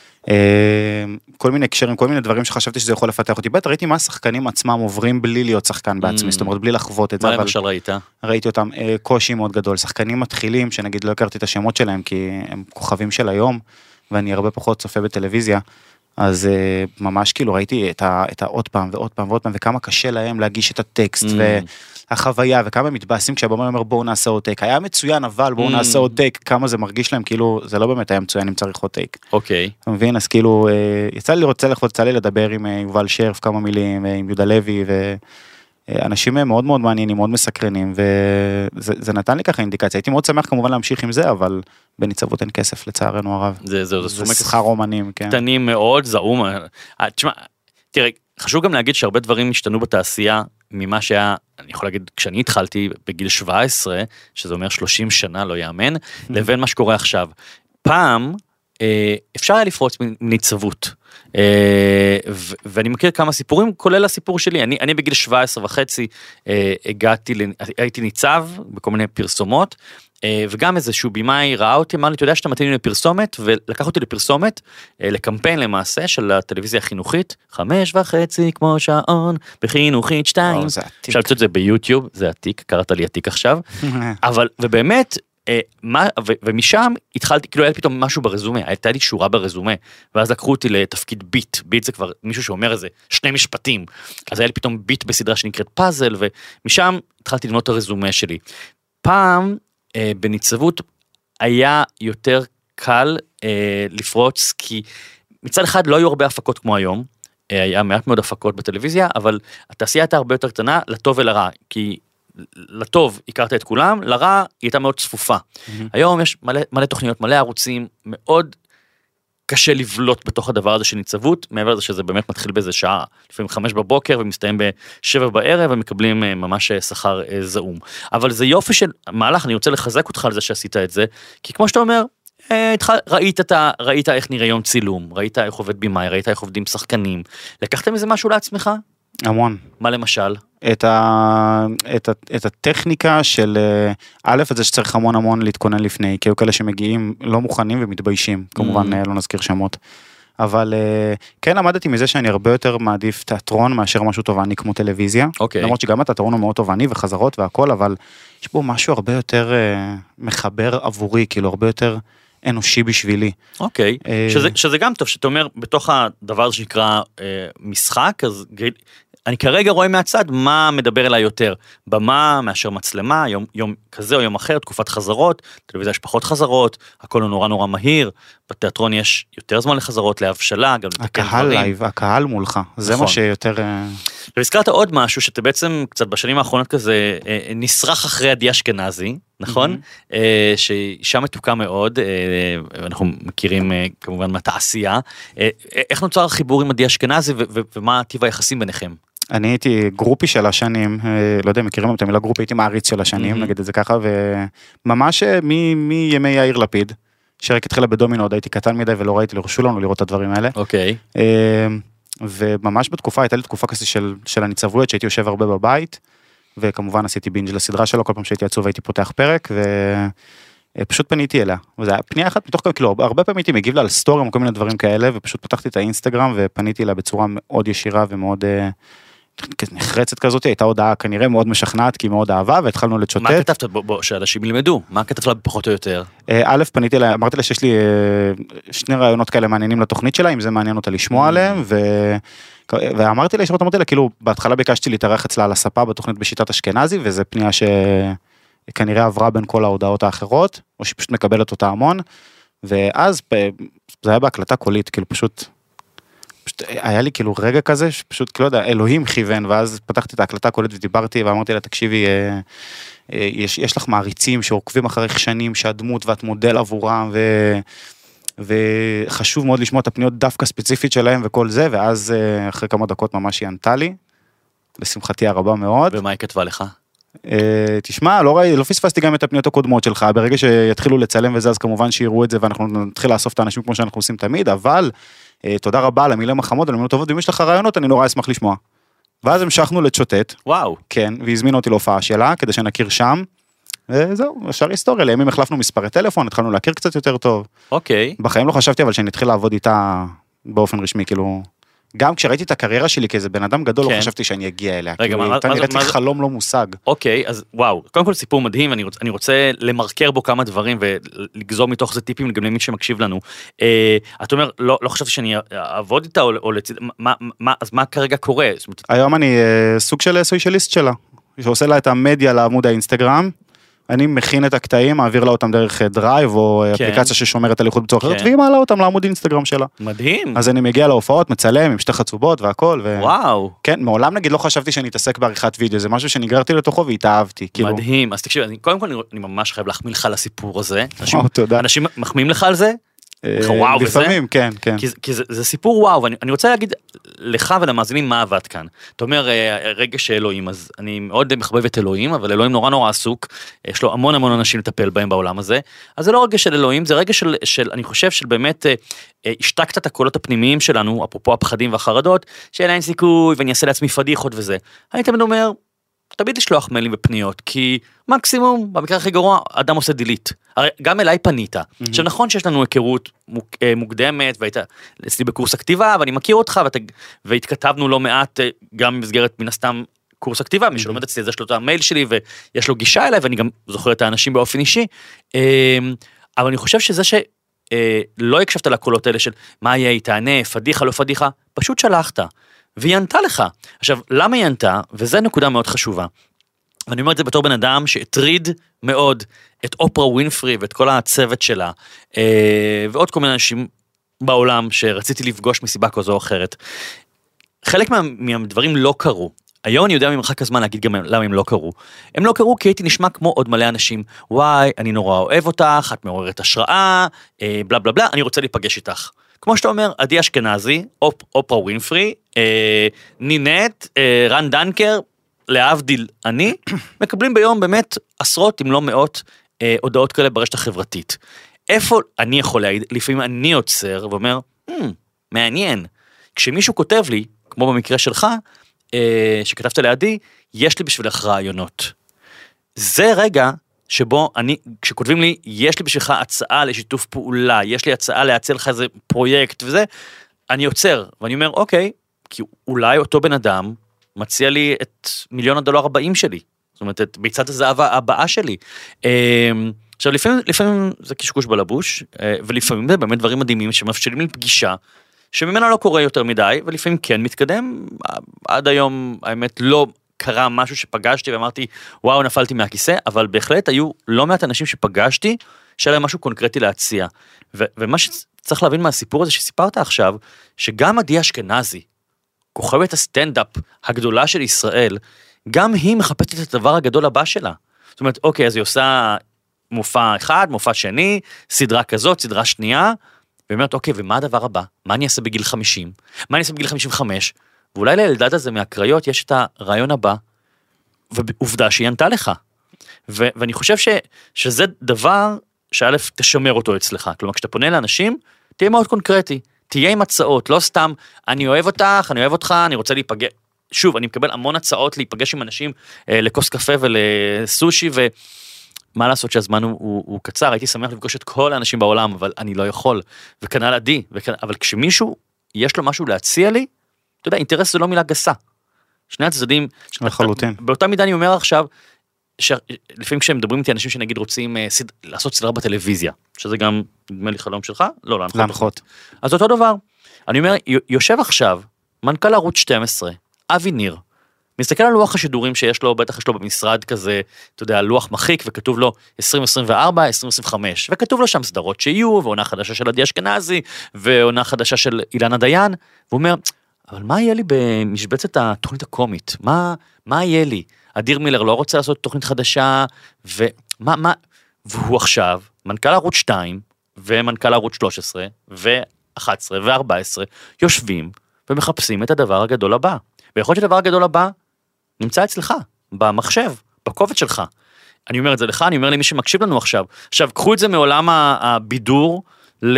כל מיני קשרים, כל מיני דברים שחשבתי שזה יכול לפתח אותי. ב', ראיתי מה השחקנים עצמם עוברים בלי להיות שחקן בעצמי, זאת אומרת, בלי לחוות את זה. מה למשל ראית? ראיתי אותם קושי מאוד גדול. שחקנים מתחילים, שנגיד לא הכרתי את השמות שלהם, כי הם כוכבים של היום, ואני הרבה פחות צופה בטלוויזיה. אז ממש כאילו ראיתי את העוד פעם ועוד פעם ועוד פעם, וכמה קשה להם להגיש את הטקסט, והחוויה, וכמה מתבאסים כשהבמה אומר בואו נעשה עוד טייק, היה מצוין אבל בואו נעשה עוד טייק, כמה זה מרגיש להם, כאילו זה לא באמת היה מצוין אם צריך עוד טייק. אוקיי. אתה מבין? אז כאילו, יצא לי רוצה לכבוד, יצא לי לדבר עם יובל שרף כמה מילים, עם יהודה לוי, ואנשים מאוד מאוד מעניינים, מאוד מסקרנים, וזה נתן לי ככה אינדיקציה, הייתי מאוד שמח כמובן להמשיך עם זה, אבל בניצבות אין כסף לצערנו הרב. זה, זה, זה, זה שכר אומנים, כן. קטנים מאוד, זעום. תשמע, תראה, חשוב גם להגיד שהרבה דברים השתנו בתעשייה, ממה שהיה, אני יכול להגיד, כשאני התחלתי בגיל שבע עשרה, שזה אומר שלושים שנה, לא יאמן, לבין מה שקורה עכשיו. פעם, אפשר היה לפרוץ מניצבות, ואני מכיר כמה סיפורים, כולל הסיפור שלי, אני, אני בגיל שבע עשרה וחצי, הגעתי, הייתי ניצב בכל מיני פרסומות, וגם איזשהו בימאי ראה אותי, אמר לי, אתה יודע שאתה מתאים לי לפרסומת, ולקח אותי לפרסומת, לקמפיין למעשה של הטלוויזיה החינוכית, חמש וחצי כמו שעון, בחינוכית שתיים. אפשר לצאת את זה ביוטיוב, זה עתיק, קראת לי עתיק עכשיו, אבל, ובאמת, מה, ו, ומשם התחלתי, כאילו היה לי פתאום משהו ברזומה, הייתה לי שורה ברזומה, ואז לקחו אותי לתפקיד ביט, ביט זה כבר מישהו שאומר איזה שני משפטים, אז היה לי פתאום ביט בסדרה שנקראת פאזל, ומשם התחלתי ללמוד את הרזומה שלי. פעם, אה, בניצבות, היה יותר קל אה, לפרוץ, כי מצד אחד לא היו הרבה הפקות כמו היום, אה, היה מעט מאוד הפקות בטלוויזיה, אבל התעשייה הייתה הרבה יותר קטנה, לטוב ולרע, כי לטוב הכרת את כולם, לרע היא הייתה מאוד צפופה. Mm-hmm. היום יש מלא, מלא תוכניות, מלא ערוצים, מאוד קשה לבלוט בתוך הדבר הזה של ניצבות, מעבר לזה שזה באמת מתחיל באיזה שעה, לפעמים חמש בבוקר ומסתיים בשבע בערב, ומקבלים ממש שכר זעום. אבל זה יופי של מהלך, אני רוצה לחזק אותך על זה שעשית את זה, כי כמו שאתה אומר, ראית, אתה, ראית איך נראה יום צילום, ראית איך עובד בימאי, ראית איך עובדים שחקנים, לקחתם איזה משהו לעצמך? המון. מה למשל? את, ה, את, ה, את הטכניקה של א', את זה שצריך המון המון להתכונן לפני, כי היו כאלה שמגיעים לא מוכנים ומתביישים, כמובן mm. לא נזכיר שמות. אבל כן למדתי מזה שאני הרבה יותר מעדיף תיאטרון מאשר משהו תובעני כמו טלוויזיה. Okay. למרות שגם התיאטרון הוא מאוד תובעני וחזרות והכל, אבל יש בו משהו הרבה יותר מחבר עבורי, כאילו הרבה יותר אנושי בשבילי. אוקיי, okay. שזה, שזה גם טוב, שאתה אומר, בתוך הדבר הזה שנקרא משחק, אז אני כרגע רואה מהצד מה מדבר אליי יותר, במה מאשר מצלמה, יום, יום כזה או יום אחר, תקופת חזרות, טלוויזיה יש פחות חזרות, הכל הוא נורא נורא מהיר, בתיאטרון יש יותר זמן לחזרות, להבשלה, גם הקהל לייב, הקהל מולך, זה נכון. מה שיותר... והזכרת עוד משהו, שאתה בעצם קצת בשנים האחרונות כזה, נשרח אחרי עדי אשכנזי, נכון? Mm-hmm. שאישה מתוקה מאוד, אנחנו מכירים כמובן מהתעשייה, איך נוצר החיבור עם עדי אשכנזי, ומה טיב היחסים ביניכם? אני הייתי גרופי של השנים, לא יודע, מכירים את המילה גרופי, הייתי מעריץ של השנים, נגיד את זה ככה, וממש מימי יאיר לפיד, שרק התחילה בדומינו, עוד הייתי קטן מדי, ולא ראיתי, לרשו לנו לראות את הדברים האלה. אוקיי. וממש בתקופה, הייתה לי תקופה כזאת של, של הניצבויות, שהייתי יושב הרבה בבית, וכמובן עשיתי בינג' לסדרה שלו, כל פעם שהייתי עצוב הייתי פותח פרק, ופשוט פניתי אליה. וזה היה פנייה אחת מתוך, כאילו, הרבה פעמים הייתי מגיב לה על סטורים, כל מיני דברים כאלה, ופשוט פתחתי את האינסטגרם, ופניתי אליה בצורה מאוד ישירה ומאוד נחרצת כזאת, הייתה הודעה כנראה מאוד משכנעת, כי היא מאוד אהבה, והתחלנו לצ'וטט. מה כתבת בו, שאנשים ילמדו? מה כתבת לה פחות או יותר? א', פניתי אליה, אמרתי לה שיש לי שני רעיונות כאלה מעניינים לתוכנית שלה, אם זה מעניין אותה לשמוע עליהם, ו... ואמרתי לה, ישרות אמרתי לה, כאילו, בהתחלה ביקשתי להתארח אצלה על הספה בתוכנית בשיטת אשכנזי, וזו פנייה שכנראה עברה בין כל ההודעות האחרות, או שפשוט מקבלת אותה המון, ואז זה היה בהקלטה קולית, כאילו פשוט, פשוט היה לי כאילו רגע כזה, שפשוט, לא יודע, אלוהים כיוון, ואז פתחתי את ההקלטה קולית ודיברתי, ואמרתי לה, תקשיבי, יש, יש לך מעריצים שעוקבים אחריך שנים, שהדמות ואת מודל עבורם, ו... וחשוב מאוד לשמוע את הפניות דווקא ספציפית שלהם וכל זה, ואז אחרי כמה דקות ממש היא ענתה לי, לשמחתי הרבה מאוד. ומה היא כתבה לך? תשמע, לא, ראי, לא פספסתי גם את הפניות הקודמות שלך, ברגע שיתחילו לצלם וזה, אז כמובן שיראו את זה, ואנחנו נתחיל לאסוף את האנשים כמו שאנחנו עושים תמיד, אבל תודה רבה על המילים החמות, על המילים טובות, ואם יש לך רעיונות, אני נורא אשמח לשמוע. ואז המשכנו לצ'וטט. וואו. כן, והזמינו אותי להופעה שלה, כדי שנכיר שם. וזהו, ישר היסטוריה, לימים החלפנו מספרי טלפון, התחלנו להכיר קצת יותר טוב. אוקיי. בחיים לא חשבתי, אבל שאני אתחיל לעבוד איתה באופן רשמי, כאילו, גם כשראיתי את הקריירה שלי כאיזה בן אדם גדול, לא חשבתי שאני אגיע אליה. רגע, מה, אתה נראית לי חלום לא מושג. אוקיי, אז וואו, קודם כל סיפור מדהים, אני רוצה, אני רוצה למרקר בו כמה דברים, ולגזור מתוך זה טיפים גם למי שמקשיב לנו. אתה אומר, לא, לא חשבתי שאני אעבוד איתה, או לצד, מה, מה, אז מה כרגע קורה? היום אני סוג של סושיאליסט שלה, שעושה לה את המדיה לעמוד האינסטגרם, אני מכין את הקטעים, מעביר לה אותם דרך דרייב, או אפליקציה ששומרת על איכות בצורה אחרת, והיא מעלה אותם לעמוד אינסטגרם שלה. מדהים. אז אני מגיע להופעות, מצלם עם שתי חצובות והכל. וואו. כן, מעולם נגיד לא חשבתי שאני אתעסק בעריכת וידאו, זה משהו שניגרתי לתוכו והתאהבתי. מדהים, אז תקשיב, קודם כל אני ממש חייב להחמיא לך על הסיפור הזה. וואו, תודה. אנשים מחמיאים לך על זה? וואו, לפעמים, כן, כן. כי, כי זה, זה סיפור וואו, ואני אני רוצה להגיד לך ולמאזינים מה עבד כאן. אתה אומר, רגע שאלוהים, אז אני מאוד מחבב את אלוהים, אבל אלוהים נורא נורא עסוק, יש לו המון המון אנשים לטפל בהם בעולם הזה, אז זה לא רגע של אלוהים, זה רגע של, של אני חושב של באמת, השתקת את הקולות הפנימיים שלנו, אפרופו הפחדים והחרדות, שאין אין סיכוי, ואני אעשה לעצמי פדיחות וזה. אני תמיד אומר, תמיד לשלוח מיילים ופניות, כי מקסימום, במקרה הכי גרוע, אדם עושה דילית. הרי גם אליי פנית. Mm-hmm. עכשיו נכון שיש לנו היכרות מוקדמת, והיית אצלי בקורס הכתיבה, ואני מכיר אותך, ואת, והתכתבנו לא מעט, גם במסגרת מן הסתם קורס הכתיבה, מי שלומד אצלי, יש לו את המייל שלי, ויש לו גישה אליי, ואני גם זוכר את האנשים באופן אישי. אבל אני חושב שזה שלא הקשבת לקולות האלה של מה יהיה, תענה, פדיחה, לא פדיחה, פשוט שלחת. והיא ענתה לך. עכשיו, למה היא ענתה? וזו נקודה מאוד חשובה. ואני אומר את זה בתור בן אדם שהטריד מאוד את אופרה ווינפרי ואת כל הצוות שלה, ועוד כל מיני אנשים בעולם שרציתי לפגוש מסיבה כזו או אחרת. חלק מה, מהדברים לא קרו. היום אני יודע ממרחק הזמן להגיד גם למה הם לא קרו. הם לא קרו כי הייתי נשמע כמו עוד מלא אנשים, וואי, אני נורא אוהב אותך, את מעוררת השראה, בלה בלה בלה, אני רוצה להיפגש איתך. כמו שאתה אומר, עדי אשכנזי, אופ, אופרה ווינפרי, אה, נינט, אה, רן דנקר, להבדיל אני, מקבלים ביום באמת עשרות אם לא מאות אה, הודעות כאלה ברשת החברתית. איפה אני יכול להעיד? לפעמים אני עוצר ואומר, hmm, מעניין. כשמישהו כותב לי, כמו במקרה שלך, אה, שכתבת לעדי, יש לי בשבילך רעיונות. זה רגע שבו אני, כשכותבים לי, יש לי בשבילך הצעה לשיתוף פעולה, יש לי הצעה להציע לך איזה פרויקט וזה, אני יוצר, ואני אומר, אוקיי, כי אולי אותו בן אדם מציע לי את מיליון הדולר הבאים שלי, זאת אומרת, את ביצת הזהב הבאה שלי. עכשיו, לפעמים, לפעמים זה קשקוש בלבוש, ולפעמים זה באמת דברים מדהימים שמאפשרים לי פגישה, שממנה לא קורה יותר מדי, ולפעמים כן מתקדם, עד היום, האמת, לא קרה משהו שפגשתי ואמרתי, וואו, נפלתי מהכיסא, אבל בהחלט היו לא מעט אנשים שפגשתי, שהיה להם משהו קונקרטי להציע. ו- ומה שצריך להבין מהסיפור הזה שסיפרת עכשיו, שגם עדי אשכנזי, כוכבת הסטנדאפ הגדולה של ישראל, גם היא מחפשת את הדבר הגדול הבא שלה. זאת אומרת, אוקיי, אז היא עושה מופע אחד, מופע שני, סדרה כזאת, סדרה שנייה, ואומרת, אוקיי, ומה הדבר הבא? מה אני אעשה בגיל חמישים? מה אני אעשה בגיל חמישים וחמש? ואולי לילדד הזה מהקריות יש את הרעיון הבא, ועובדה שהיא ענתה לך. ו- ואני חושב ש- שזה דבר שא' תשמר אותו אצלך. כלומר, כשאתה פונה לאנשים, תהיה מאוד קונקרטי. תהיה עם הצעות, לא סתם, אני אוהב אותך, אני אוהב אותך, אני רוצה להיפגש. שוב, אני מקבל המון הצעות להיפגש עם אנשים אה, לכוס קפה ולסושי, ומה לעשות שהזמן הוא, הוא, הוא קצר, הייתי שמח לפגוש את כל האנשים בעולם, אבל אני לא יכול. וכנ"ל עדי, וכנ... אבל כשמישהו יש לו משהו להציע לי, אתה יודע, אינטרס זה לא מילה גסה. שני הצדדים, לחלוטין. באותה מידה אני אומר עכשיו, שלפעמים כשהם מדברים איתי אנשים שנגיד רוצים סד... לעשות סדרה בטלוויזיה, שזה גם, נדמה לי חלום שלך, לא, להנחות. להנחות. אז אותו דבר, אני אומר, יושב עכשיו, מנכ"ל ערוץ שתים עשרה, אבי ניר, מסתכל על לוח השידורים שיש לו, בטח יש לו במשרד כזה, אתה יודע, לוח מחיק, וכתוב לו עשרים עשרים וארבע, עשרים עשרים וחמש, וכתוב לו שם סדרות שיהיו, ועונה חדשה של עדי אשכנזי, ועונה חדשה של אילנה דיין, והוא אומר, אבל מה יהיה לי במשבצת התוכנית הקומית? מה, מה יהיה לי? אדיר מילר לא רוצה לעשות תוכנית חדשה, ומה, מה? והוא עכשיו, מנכ"ל ערוץ שתיים, ומנכ"ל ערוץ שלוש עשרה, ו-אחת עשרה, ו-ארבע עשרה, יושבים, ומחפשים את הדבר הגדול הבא. ויכול להיות שהדבר הגדול הבא, נמצא אצלך, במחשב, בקובץ שלך. אני אומר את זה לך, אני אומר למי שמקשיב לנו עכשיו. עכשיו, קחו את זה מעולם הבידור, ל...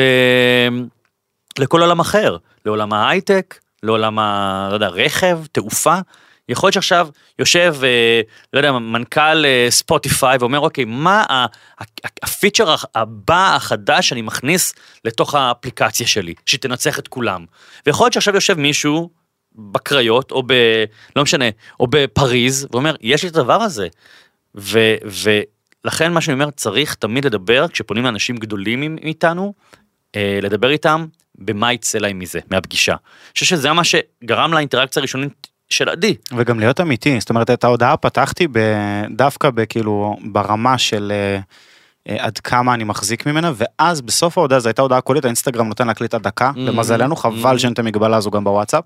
לכל עולם אחר, לעולם ההייטק, לעולם ה... לא יודע, רכב, תעופה. יכול להיות שעכשיו יושב, לא יודע, מנכ"ל ספוטיפיי, ואומר, אוקיי, מה הפיצ'ר הבא החדש שאני מכניס לתוך האפליקציה שלי, שתנצח את כולם. ויכול להיות שעכשיו יושב מישהו בקריות, או ב... לא משנה, או בפריז, ואומר, יש לי את הדבר הזה. ו... ולכן מה שאני אומר, צריך תמיד לדבר, כשפונים לאנשים גדולים מאיתנו, לדבר איתם, במה יצא להם מזה, מהפגישה. אני חושב שזה מה שגרם לאינטראקציה הראשונית של עדי. וגם להיות אמיתי, זאת אומרת, את ההודעה פתחתי דווקא בכאילו, ברמה של עד כמה אני מחזיק ממנה, ואז בסוף ההודעה, זו הייתה הודעה קולית, האינסטגרם נותן להקליט עד דקה, למזלנו, חבל שאין את המגבלה הזו גם בוואטסאפ,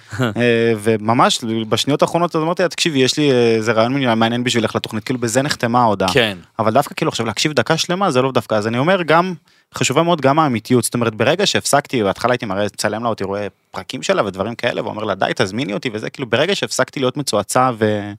וממש בשניות האחרונות, אז אמרתי, תקשיבי, יש לי איזה רעיון מעניין בשבילך לתוכנית, כאילו בזה נחתמה ההודעה, אבל דווקא כאילו עכשיו להקשיב דקה שלמה, זה לא דווקא, אז אני אומר גם, חשובה מאוד גם האמיתיות, זאת אומרת, ברגע שהפסקתי, בהתחלה הייתי מראה, צלם לה אותי, רואה פרקים שלה ודברים כאלה, ואומר לה, די, תזמיני אותי, וזה כאילו, ברגע שהפסקתי להיות מצועצע ו...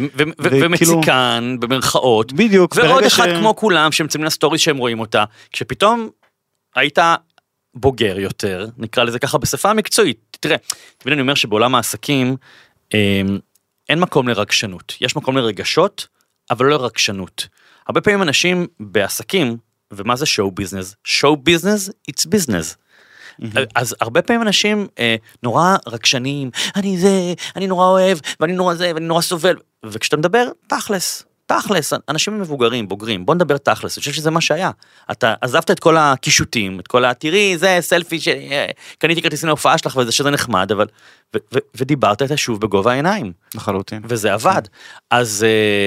ומציקן, במרכאות, בדיוק, ועוד אחד כמו כולם, שמצאים לסטוריס שהם רואים אותה, כשפתאום היית בוגר יותר, נקרא לזה ככה בשפה המקצועית, תראה, תמיד אני אומר שבעולם העסקים, אין מקום לרגשנות, יש מקום לרגשות, אבל לא לרגשנות. הרבה פעמים אנשים בעסקים, ומה זה show business? show business, it's business. אז הרבה פעמים אנשים נורא רגשנים, אני זה, אני נורא אוהב, ואני נורא זה, ואני נורא סובל, וכשאתה מדבר, תכלס, תכלס, אנשים מבוגרים, בוגרים, בוא נדבר תכלס, אני חושב שזה מה שהיה. אתה עזבת את כל הקישוטים, את כל התראי, זה סלפי שקניתי כרטיסים להופעה שלך, וזה שזה נחמד, אבל, ו, ו, ודיברת את השוב בגובה העיניים. לחלוטין. וזה עבד. אז,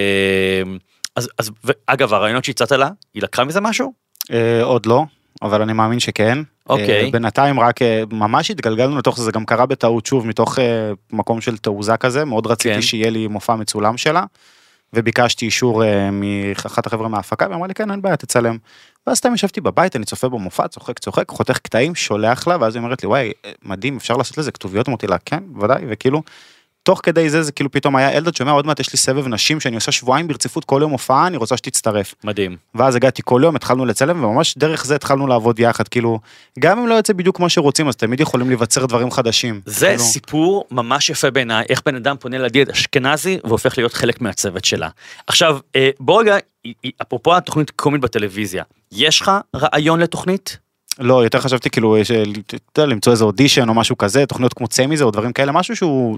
אז, אז, אגב, הרעיונות שהצעת לה, היא לקחה מזה משהו? עוד לא, אבל אני מאמין שכן. אוקיי. בינתיים רק ממש התגלגלנו לתוך זה, זה גם קרה בטעות שוב, מתוך מקום של תעוזה כזה, מאוד רציתי שיהיה לי מופע מצולם שלה, וביקשתי אישור מאחת החבר'ה מההפקה, ואמרה לי, כן, אין בעיה, תצלם. ואז סתם ישבתי בבית, אני צופה במופע, צוחק, צוחק, חותך קטעים, שולח לה, ואז היא אומרת לי, וואי, מדהים, אפשר לעשות לזה כתוביות? אמרתי לה, כן, ודאי, וכאילו, תוך כדי זה, זה כאילו פתאום היה אלדד שומע, עוד מעט יש לי סבב נשים, שאני עושה שבועיים ברציפות כל יום הופעה, אני רוצה שתצטרף. מדהים. ואז הגעתי כל יום, התחלנו לצלם, וממש דרך זה התחלנו לעבוד יחד, כאילו, גם אם לא יוצא בדיוק כמו שרוצים, אז תמיד יכולים לבצר דברים חדשים. זה כאילו... סיפור ממש יפה בעיניי, איך בן אדם פונה לדיאט אשכנזי, והופך להיות חלק מהצוות שלה. עכשיו, בוא רגע, אפרופו התוכנית קומית בטלוויזיה, יש לך רעיון לתוכנית? לא, יותר חשבתי כאילו, למצוא איזה אודישן או משהו כזה, תוכניות כמו צמי זה, או דברים כאלה, משהו שהוא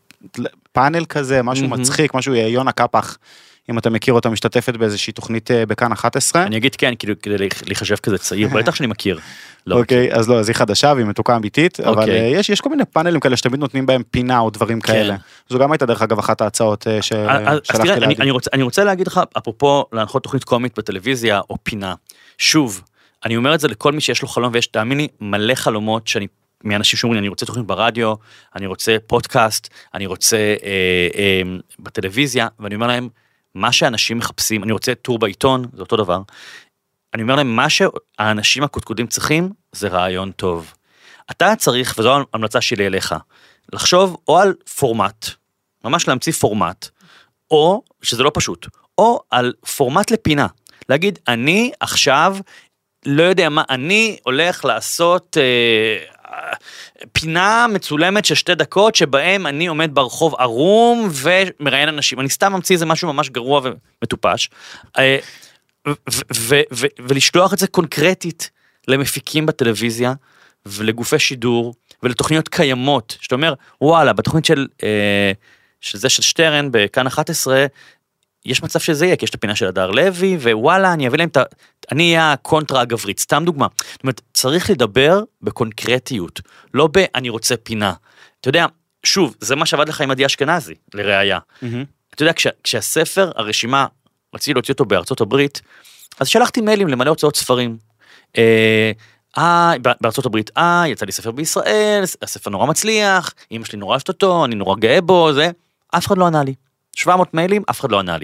פאנל כזה, משהו מצחיק, משהו יונה קפח, אם אתה מכיר אותה, משתתפת באיזושהי תוכנית בכאן אחת עשרה. אני אגיד כן, כדי לחשב כזה צעיר, בטח שאני מכיר. אוקיי, אז לא, אז היא חדשה והיא מתוקה אמיתית, אבל יש כל מיני פאנלים כאלה שתמיד נותנים בהם פינה או דברים כאלה. זו גם הייתה דרך אגב אחת ההצעות שלחתי להגיד. אני רוצה להגיד לך, אפרופו להנחות תוכנית קומית בטלוויזיה או פינה, שוב, אני אומר את זה לכל מי שיש לו חלום, ויש, תאמין לי, מלא חלומות שאני מאנשים שאומרים, אני רוצה תוכנית ברדיו, אני רוצה פודקאסט, אני רוצה אה, אה, בטלוויזיה, ואני אומר להם, מה שאנשים מחפשים, אני רוצה טור בעיתון, זה אותו דבר, אני אומר להם, מה שהאנשים הקודקודים צריכים, זה רעיון טוב. אתה צריך, וזו המלצה שלי אליך, לחשוב או על פורמט, ממש להמציא פורמט, או, שזה לא פשוט, או על פורמט לפינה, להגיד, אני עכשיו, לא יודע מה, אני הולך לעשות אה, פינה מצולמת של שתי דקות, שבהם אני עומד ברחוב ערום ומראיין אנשים. אני סתם ממציא איזה משהו ממש גרוע ומטופש, אה, ו- ו- ו- ולשלוח את זה קונקרטית למפיקים בטלוויזיה, ולגופי שידור, ולתוכניות קיימות, שאתה אומר, וואלה, בתוכנית של, אה, של זה של שטרן, בכאן אחת עשרה, יש מצב שזה יהיה, כי יש את הפינה של הדר לוי, ווואלה, אני אביא להם את ה... אני אהיה הקונטרה הגברית, סתם דוגמה. זאת אומרת, צריך לדבר בקונקרטיות, לא ב- אני רוצה פינה. אתה יודע, שוב, זה מה שעבד לך עם עדי אשכנזי, לראיה. Mm-hmm. אתה יודע, כש, כשהספר, הרשימה, רציתי להוציא אותו בארצות הברית, אז שלחתי מיילים למלא הוצאות ספרים. אה, אה, בארצות הברית, אה, יצא לי ספר בישראל, הספר נורא מצליח, אמא שלי נורא אוהבת אותו, אני נורא גאה בו, זה, אף אחד לא ענה לי. שבע מאות מיילים, אף אחד לא ענה לי.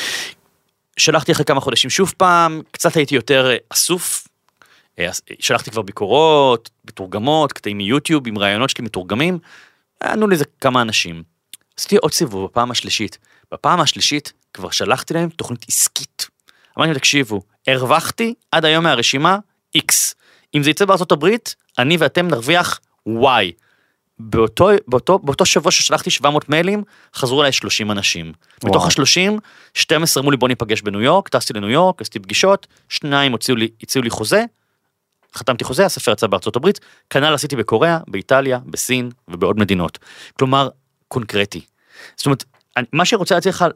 שלחתי אחרי כמה חודשים שוב פעם, קצת הייתי יותר אסוף, שלחתי כבר ביקורות, מתורגמות, קטעים מיוטיוב, עם רעיונות שלי מתורגמים, ענו לי זה כמה אנשים. עשיתי עוד סיבוב בפעם השלישית. בפעם השלישית כבר שלחתי להם תוכנית עסקית. אמרתי, תקשיבו, הרווחתי עד היום מהרשימה X. אם זה יצא בארצות הברית, אני ואתם נרוויח Y. באותו, באותו, באותו שבוע ששלחתי שבע מאות מיילים, חזרו אליי שלושים אנשים. וואו. מתוך ה-שלושים, שתים עשרה אמרו לי בוא ניפגש בניו יורק, טסתי לניו יורק, עשיתי פגישות, שניים הוציאו לי, הציעו לי חוזה, חתמתי חוזה, הספר יצא בארצות הברית, כנ"ל עשיתי בקוריאה, באיטליה, בסין ובעוד מדינות. כלומר, קונקרטי. זאת אומרת, מה שרוצה להציע לך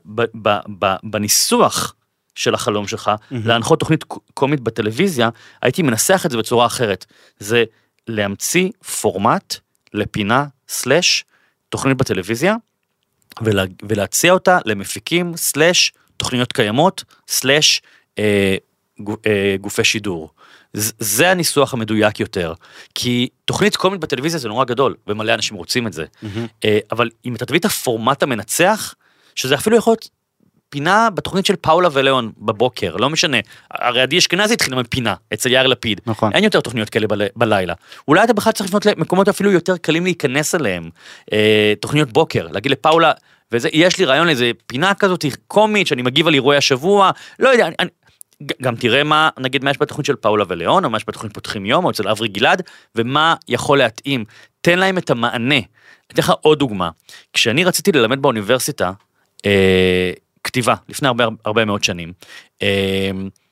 בניסוח של החלום שלך, mm-hmm. להנחות תוכנית קומית בטלוויזיה, הייתי מנסח את זה בצורה אחרת. זה להמציא פורמט לפינה סלש תוכנית בטלוויזיה, ולה, ולהציע אותה למפיקים סלש תוכניות קיימות סלש אה, אה, גופי שידור. ז, זה הניסוח המדויק יותר, כי תוכנית קומית בטלוויזיה זה נורא גדול, ומלא אנשים רוצים את זה, mm-hmm. אה, אבל אם אתה תביא את הפורמט המנצח, שזה אפילו יכול להיות פינה בתוכנית של פאולה ולאון בבוקר, לא משנה, הרי עדי אשכנזי התחיל מפינה, אצל יאיר לפיד, נכון. אין יותר תוכניות כאלה ב- בלילה, אולי אתה בכלל צריך לפנות למקומות אפילו יותר קלים להיכנס אליהם, אה, תוכניות בוקר, להגיד לפאולה, וזה, יש לי רעיון לאיזה פינה כזאת קומית, שאני מגיב על אירועי השבוע, לא יודע, אני, גם תראה מה, נגיד, מה יש בתוכנית של פאולה וליאון, או מה יש בתוכנית פותחים יום, או אצל אברי גלעד, ומה יכול להתאים. תן להם את המענה. אני אתן לך עוד דוגמה. כשאני רציתי ללמד באוניברסיטה, אה, כתיבה, לפני הרבה, הרבה מאוד שנים, אה,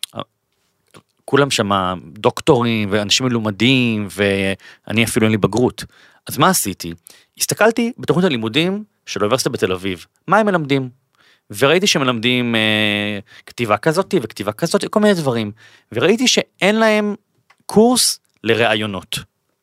כולם שם דוקטורים, ואנשים מלומדים, ואני אפילו אין לי בגרות. אז מה עשיתי? הסתכלתי בתוכנית הלימודים של האוניברסיטה בתל אביב. מה הם מלמדים? וראיתי שמלמדים אה, כתיבה כזאת וכתיבה כזאת, כל מיני דברים. וראיתי שאין להם קורס לראיונות,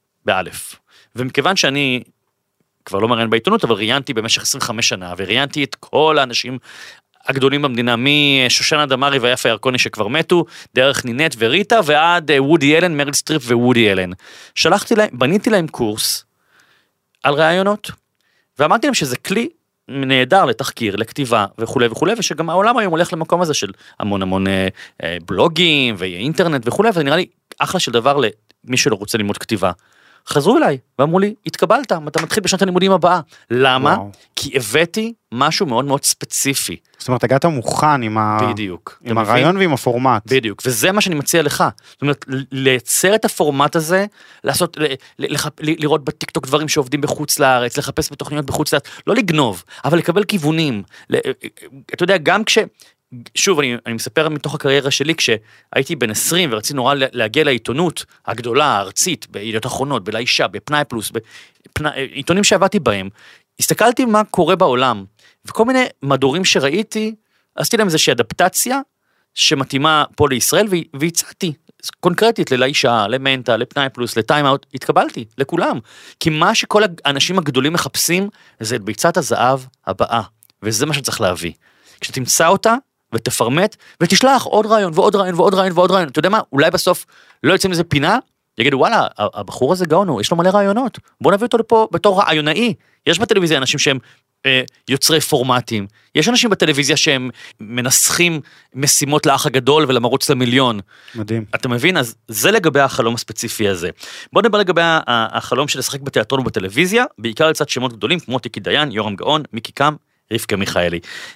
באלף. ומכיוון שאני כבר לא מראיין בעיתונות, אבל ראיינתי במשך עשרים וחמש שנה, וראיינתי את כל האנשים הגדולים במדינה, משושנה דמארי ויפה ירקוני שכבר מתו, דרך נינט וריטה, ועד וודי אלן, מריל סטריפ ווודי אלן. שלחתי להם, בניתי להם קורס על ראיונות, ואמרתי להם שזה כלי נהדר לתחקיר, לכתיבה וכו' וכו', ושגם העולם היום הולך למקום הזה של המון המון אה, אה, בלוגים ואינטרנט וכו', וזה נראה לי אחלה של דבר למי שלא רוצה ללמוד כתיבה. חזרו אליי ואמרו לי, התקבלת, אתה מתחיל בשנת הלימודים הבאה. למה? וואו. כי הבאתי משהו מאוד מאוד ספציפי. זאת אומרת, הגעת מוכן עם, ה... בדיוק. עם הרעיון ועם הפורמט. בדיוק, וזה מה שאני מציע לך. זאת אומרת, לייצר את הפורמט הזה, לעשות, ל... לח... לראות בטיקטוק דברים שעובדים בחוץ לארץ, לחפש בתוכניות בחוץ לארץ, לא לגנוב, אבל לקבל כיוונים. אתה יודע, גם כש... שוב, אני, אני מספר מתוך הקריירה שלי, כשהייתי בן עשרים ורציתי נורא להגיע לעיתונות הגדולה, הארצית, בידיעות אחרונות, בלאישה, בפנאי פלוס, בעיתונים שעבדתי בהם, הסתכלתי מה קורה בעולם, וכל מיני מדורים שראיתי, עשיתי להם איזושהי אדפטציה, שמתאימה פה לישראל, והצעתי, קונקרטית, ללאישה, למנטה, לפנאי פלוס, לטיימאוט, התקבלתי, לכולם. כי מה שכל האנשים הגדולים מחפשים, זה את ביצת הזהב הבאה, וזה מה שצריך להביא. כשתמצא אותה, ותפרמט, ותשלח עוד רעיון, ועוד רעיון, ועוד רעיון, ועוד רעיון. אתה יודע מה? אולי בסוף לא יוצא מזה פינה, יגידו, וואלה, הבחור הזה גאון, יש לו מלא רעיונות. בוא נביא אותו לפה בתור רעיונאי. יש בטלוויזיה אנשים שהם אה, יוצרי פורמטים. יש אנשים בטלוויזיה שהם מנסחים משימות לאח הגדול ולמרוץ למיליון. מדהים. אתה מבין? אז זה לגבי החלום הספציפי הזה. בוא נדבר לגבי החלום של לשחק בתיאטרון ובטלוויזיה, בעיקר לצד שמות גדולים, כמו טיקי דיין, יורם גאון, מיקי קם, רבקה מיכאלי.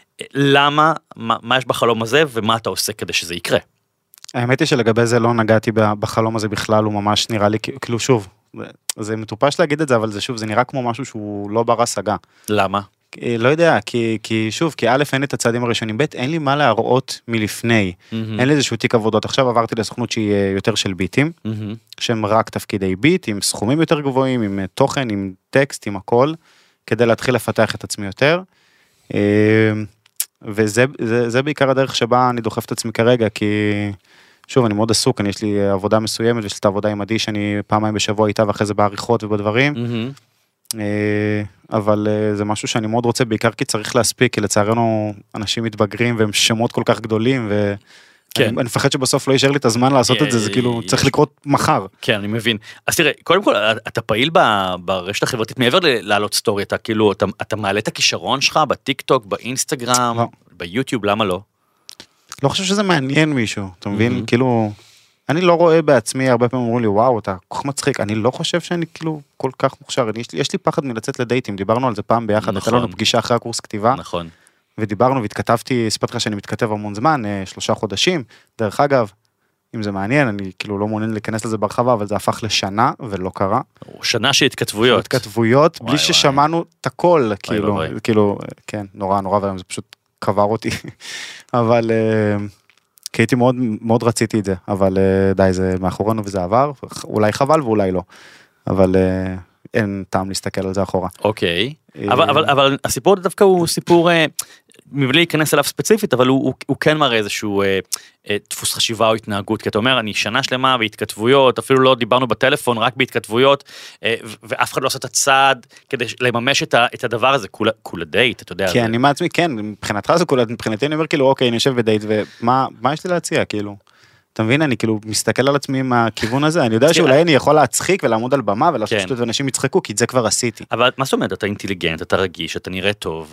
למה, מה, מה יש בחלום הזה, ומה אתה עושה כדי שזה יקרה? האמת היא שלגבי זה לא נגעתי בחלום הזה בכלל, הוא ממש נראה לי, כאילו שוב, זה מטופש להגיד את זה, אבל זה שוב, זה נראה כמו משהו שהוא לא בר השגה. למה? לא יודע, כי, כי שוב, כי א' אין את הצעדים הראשונים, ב' אין לי מה להראות מלפני, mm-hmm. אין לי איזשהו תיק עבודות, עכשיו עברתי לסוכנות שהיא יותר של ביטים, mm-hmm. שהם רק תפקידי ביט, עם סכומים יותר גבוהים, עם תוכן, עם טקסט, עם הכל, כדי להתחיל לפתח את עצמי יותר, וזה זה, זה בעיקר הדרך שבה אני דוחף את עצמי כרגע, כי שוב, אני מאוד עסוק, אני יש לי עבודה מסוימת, ויש לי את העבודה עם עדי, שאני פעמיים בשבוע איתה, ואחרי זה בעריכות ובדברים, mm-hmm. אבל זה משהו שאני מאוד רוצה, בעיקר כי צריך להספיק, כי לצערנו אנשים מתבגרים, והם שמות כל כך גדולים, ו... כן. אני מפחד שבסוף לא יישאר לי את הזמן לעשות את זה, זה כאילו צריך לקרות מחר. כן, אני מבין. אז תראה, קודם כל, אתה פעיל ברשת החברתית, מעבר לעלות סטורי, אתה כאילו, אתה מעלה את הכישרון שלך בטיק טוק, באינסטגרם, ביוטיוב, למה לא? לא חושב שזה מעניין מישהו, אתה מבין? כאילו, אני לא רואה בעצמי, הרבה פעמים אמרו לי, וואו, אתה כל כך מצחיק, אני לא חושב שאני כאילו כל כך מוכשר, יש לי פחד מלצאת לדייטים, דיברנו על זה פעם ביחד, הייתה לנו פגישה אחרי הקורס כתיבה. נכון. ודיברנו והתכתבתי, הספרתי לך שאני מתכתב המון זמן, שלושה חודשים, דרך אגב, אם זה מעניין, אני כאילו לא מעוניין להיכנס לזה ברחבה, אבל זה הפך לשנה ולא קרה. שנה של התכתבויות. התכתבויות, בלי ששמענו את הכל, כאילו, כאילו, כן, נורא נורא, והיום זה פשוט קבר אותי, אבל, כי הייתי מאוד, מאוד רציתי את זה, אבל די, זה מאחורינו וזה עבר, אולי חבל ואולי לא, אבל אין טעם להסתכל על זה אחורה. אוקיי, אבל, אבל, אבל הסיפור דווקא הוא סיפור, מבלי להיכנס אליו ספציפית, אבל הוא, הוא, הוא כן מראה איזשהו אה, אה, דפוס חשיבה או התנהגות, כי אתה אומר, אני שנה שלמה בהתכתבויות, אפילו לא דיברנו בטלפון, רק בהתכתבויות, אה, ואף אחד לא עושה את הצעד כדי לממש את, ה, את הדבר הזה, כולה, כולה דייט, אתה יודע. כן, אני מעצמי, כן, מבחינתך זה כולה, מבחינתי אני אומר כאילו, אוקיי, אני יושב בדייט, ומה מה יש לי להציע, כאילו? אתה מבין, אני כאילו מסתכל על עצמי מהכיוון הזה, אני יודע שאולי אני יכול להצחיק ולעמוד על במה ולעשות שטות ואנשים יצחקו, כי את זה כבר עשיתי. אבל מה זאת אומרת, אתה אינטליגנט, אתה רגיש, אתה נראה טוב,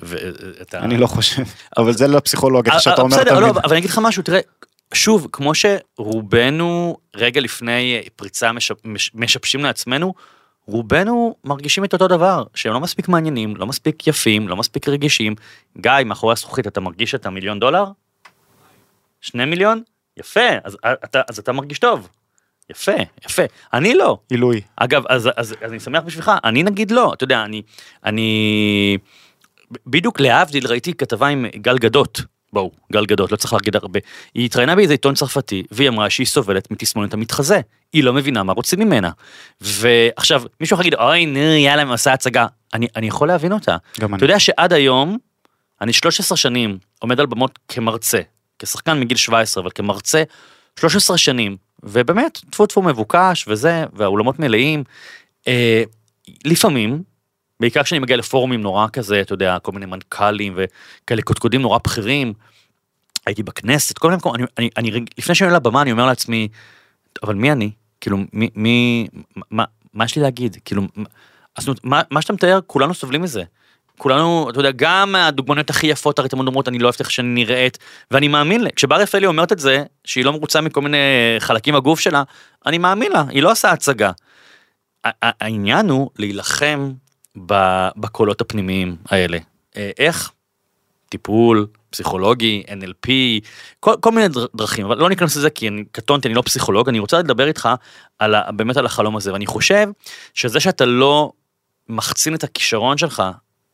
אני לא חושב, אבל זה לא פסיכולוגיה שאתה אומר תמיד. אבל אני אגיד לך משהו, תראה, שוב, כמו שרובנו רגע לפני פריצה משפשים לעצמנו, רובנו מרגישים את אותו דבר, שהם לא מספיק מעניינים, לא מספיק יפים, לא מספיק רגישים. גיא, מאחורי הזכוכית, אתה מרגיש את המיליון דולר? שני מיליון? יפה, אז אתה, אז אתה מרגיש טוב. יפה, יפה. אני לא. עילוי. אגב, אז, אז, אז אני שמח בשבילך, אני נגיד לא, אתה יודע, אני, אני, בדיוק להבדיל ראיתי כתבה עם גל גדות, בואו, גל גדות, לא צריך להגיד הרבה, היא התראיינה באיזה עיתון צרפתי, והיא אמרה שהיא סובלת מתסמונת המתחזה, היא לא מבינה מה רוצים ממנה, ועכשיו, מישהו יכול להגיד, אוי, נו, יאללה, הם עושה הצגה, אני, אני יכול להבין אותה, אתה אני. יודע שעד היום, אני שלוש עשרה שנים עומד על במות כמרצה, כשחקן מגיל שבע עשרה, אבל כמרצה, שלוש עשרה שנים, ובאמת, תפו תפו מבוקש, וזה, והאולמות מלאים, אה, לפעמים, בעיקר כשאני מגיע לפורומים נורא כזה, אתה יודע, כל מיני מנכ"לים, וכאלה קודקודים נורא בכירים, הייתי בכנסת, כל מיני מקום, אני, אני, אני, לפני שאני עולה לבמה, אני אומר לעצמי, אבל מי אני? כאילו, מי, מי, מה, מה יש לי להגיד? כאילו, אז, מה, מה שאתה מתאר, כולנו סובלים מזה. כולנו, אתה יודע, גם הדוגמניות הכי יפות, הרי תמיד אומרות, אני לא אוהבת איך שאני נראית, ואני מאמין לה, כשבר רפאלי אומרת את זה, שהיא לא מרוצה מכל מיני חלקים הגוף שלה, אני מאמין לה, היא לא עושה הצגה. העניין הוא להילחם בקולות הפנימיים האלה. איך? טיפול, פסיכולוגי, אן אל פי, כל, כל מיני דרכים, אבל לא ניכנס לזה כי אני קטונתי, אני לא פסיכולוג, אני רוצה לדבר איתך על, באמת על החלום הזה, ואני חושב שזה שאתה לא מחצין את הכישרון שלך,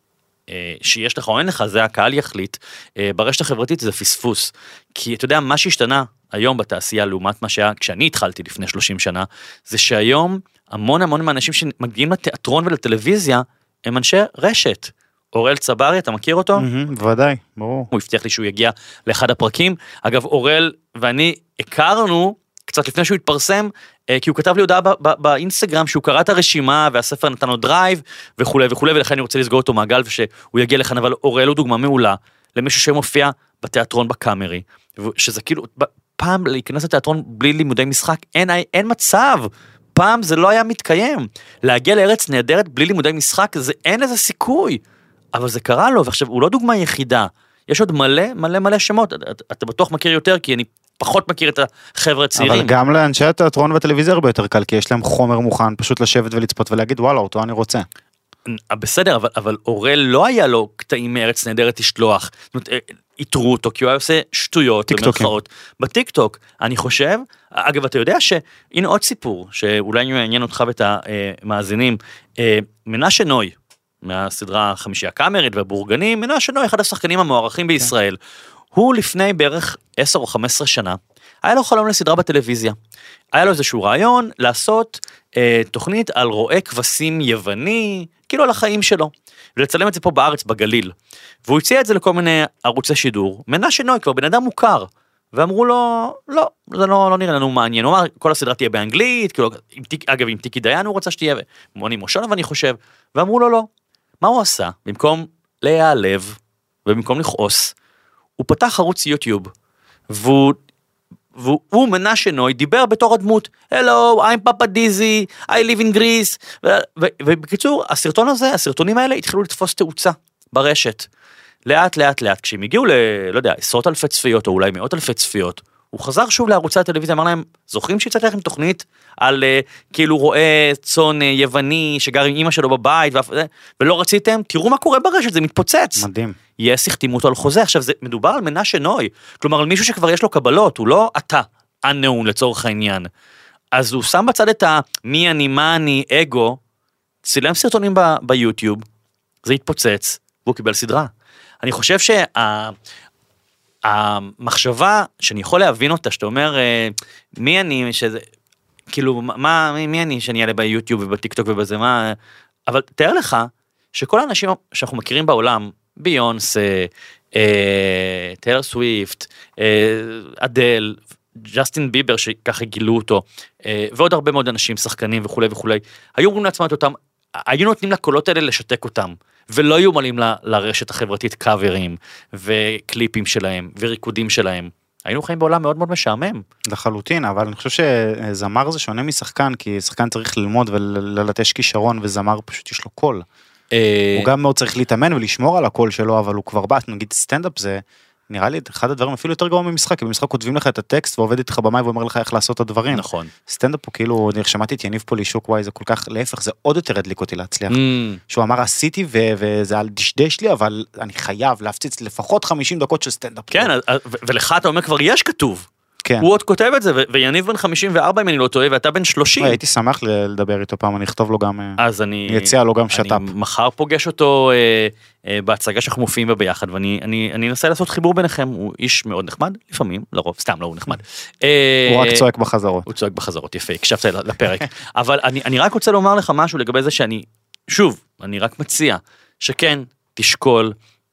שיש לך או אין לך, זה הקהל יחליט, ברשת החברתית זה פספוס, כי אתה יודע, מה שהשתנה היום בתעשייה, לעומת מה שהיה כשאני התחלתי לפני שלושים שנה, זה שהיום המון המון מהאנשים שמגיעים לתיאטרון ולטלוויזיה, הם אנשי רשת. אורל צברי, אתה מכיר אותו? בוודאי, ברור. הוא הבטיח לי שהוא יגיע לאחד הפרקים, אגב אורל ואני הכרנו, קצת לפני שהוא התפרסם, כי הוא כתב לי הודעה באינסטגרם, שהוא קרא את הרשימה, והספר נתן לו דרייב, וכו' וכו', ולכן אני רוצה לסגור אותו מעגל, ושהוא יגיע לכאן, אבל אורל הוא דוגמה מעולה, למישהו שמופיע בתיאטרון בקאמרי, שזה כאילו, פעם להיכנס לתיאטרון בלי לימודי משחק, אין, אין מצב, פעם זה לא היה מתקיים, להגיע לארץ נהדרת בלי לימודי משחק, זה אין איזה סיכוי, אבל זה קרה לו, ועכשיו הוא לא דוגמה יחידה, יש עוד מלא מלא מלא שמות, אתה, אתה בטוח מכיר יותר, כי אני פחות מכיר את החבר'ה הצעירים. אבל גם לאנשי התיאטרון והטלוויזיה הרבה יותר קל, כי יש להם חומר מוכן, פשוט לשבת ולצפות ולהגיד, וואלה, אותו אני רוצה. בסדר, אבל, אבל אורל לא היה לו קטעים מארץ נהדרת לשלוח, זאת אומרת, יתרו אותו, כי הוא היה עושה שטויות במרכאות, בטיקטוק. אני חושב, אגב, אתה יודע שהנה עוד סיפור, שאולי יעניין אותך ואת המאזינים, מנשה נוי, מהסדרה חמישי הקאמרית והבורגנים, מנשה נוי, אחד השחקנים המוערכים בישראל, הוא לפני בערך עשר או חמש עשרה שנה, היה לו חלום לסדרה בטלוויזיה. היה לו איזשהו רעיון לעשות אה, תוכנית על רועה כבשים יווני, כאילו על החיים שלו, ולצלם את זה פה בארץ, בגליל. והוא הציע את זה לכל מיני ערוצי שידור. מנשה נוי כבר בן אדם מוכר, ואמרו לו, לא, זה לא, לא נראה לנו מעניין. הוא אמר, כל הסדרה תהיה באנגלית, כאילו, עם, אגב, עם טיקי דיין הוא רצה שתהיה, מוני מושון, ואני חושב, ואמרו לו לא. מה הוא עשה? במקום להיעלב, ובמקום לכעוס, הוא פתח ערוץ יוטיוב, והוא, והוא מנשה נוי, דיבר בתור הדמות, Hello, I'm Papa Dizzy, I live in Greece, ו, ו, ובקיצור, הסרטון הזה, הסרטונים האלה, התחילו לתפוס תאוצה ברשת, לאט לאט לאט, כשהם הגיעו ל, לא יודע, עשרות אלפי צפיות, או אולי מאות אלפי צפיות, הוא חזר שוב לערוצי הטלוויזיה, אמר להם, זוכרים שיצאתי לכם תוכנית, על uh, כאילו רואה צאן uh, יווני, שגר עם אמא שלו בבית, ואף, ולא רציתם, תראו מה קורה ברשת, זה מתפוצץ. מדהים. יש החתימו אותו על חוזה, עכשיו זה מדובר על מנשה נוי, כלומר על מישהו שכבר יש לו קבלות, הוא לא אתה, unknown לצורך העניין, אז הוא שם בצד את המי אני, מה אני, אגו, צילם סרטונים ב- ביוטיוב, זה התפוצץ, והוא קיבל סדרה. אני חושב שה... המחשבה שאני יכול להבין אותה, שאתה אומר, מי אני, שזה, כאילו, מה, מי אני שאני אעלה ביוטיוב ובטיקטוק ובזה, מה, אבל תאר לך, שכל האנשים שאנחנו מכירים בעולם, ביונס, אה, טיילר סוויפט, אה, אדל, ג'סטין ביבר, שככה גילו אותו, אה, ועוד הרבה מאוד אנשים, שחקנים וכו' וכו', היו אומרים לעצמם את אותם, היו נותנים לקולות האלה לשתק אותם, ולא היו מלאים ל, לרשת החברתית קאברים, וקליפים שלהם, וריקודים שלהם. היינו חיים בעולם מאוד מאוד משעמם. לחלוטין, אבל אני חושב שזמר זה שונה משחקן, כי שחקן צריך ללמוד וללטש כישרון, וזמר פשוט יש לו קול. הוא גם מאוד צריך להתאמן ולשמור על הקול שלו, אבל הוא כבר בא, נגיד סטנדאפ זה, נראה לי אחד הדברים אפילו יותר גרוע ממשחק, כי במשחק כותבים לך את הטקסט, ועובד איתך במאי ואומר לך איך לעשות את הדברים. נכון. סטנדאפ הוא כאילו, אני שמעתי את יניב פולישוק, וואי, זה כל כך, להפך, זה עוד יותר הדליק אותי להצליח. שהוא אמר, עשיתי וזה על דשדש לי, אבל אני חייב להפציץ לפחות חמישים דקות של סטנדאפ. כן, ולך אתה אומר כבר יש כתוב. הוא עוד כותב את זה, ויניב בן חמישים וארבע אם אני לא טועה, ואתה בן שלושים. הייתי שמח לדבר איתו פעם, אני אכתוב לו גם, אז אני יציע לו גם שטאפ. אני מחר פוגש אותו בהצגה שאנחנו מופיעים בה ביחד, ואני אנסה לעשות חיבור ביניכם, הוא איש מאוד נחמד, לפעמים, לרוב, סתם לא הוא נחמד. הוא רק צועק בחזרות. הוא צועק בחזרות, יפה, הקשבת לפרק. אבל אני רק רוצה לומר לך משהו לגבי זה שאני, שוב, אני רק מציע, שכן, תשקול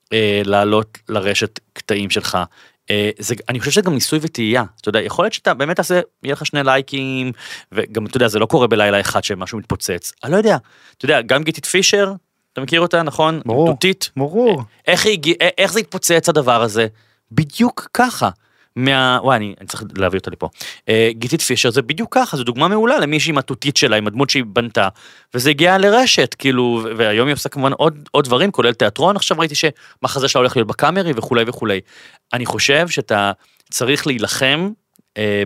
לעלות לרשת קטעים שלך, זה, אני חושב שזה גם ניסוי וטעייה, אתה יודע, יכול להיות שאתה באמת תעשה, יהיה לך שני לייקים, וגם, אתה יודע, זה לא קורה בלילה אחד שמשהו מתפוצץ, אני לא יודע, אתה יודע, גם גיטית פישר, אתה מכיר אותה, נכון? ברור, דותית, ברור. איך, היא, איך זה התפוצץ הדבר הזה? בדיוק ככה, מה, וואי, אני, אני צריך להביא אותה לפה, גיטית פישר זה בדיוק ככה, זו דוגמה מעולה למישהי עם התותית שלה, עם הדמות שהיא בנתה, וזה הגיע לרשת, כאילו, והיום היא עושה כמובן עוד, עוד דברים, כולל תיאטרון, עכשיו ראיתי שמחזה שלה הולך להיות בקאמרי וכולי וכולי. אני חושב שאתה צריך להילחם אה,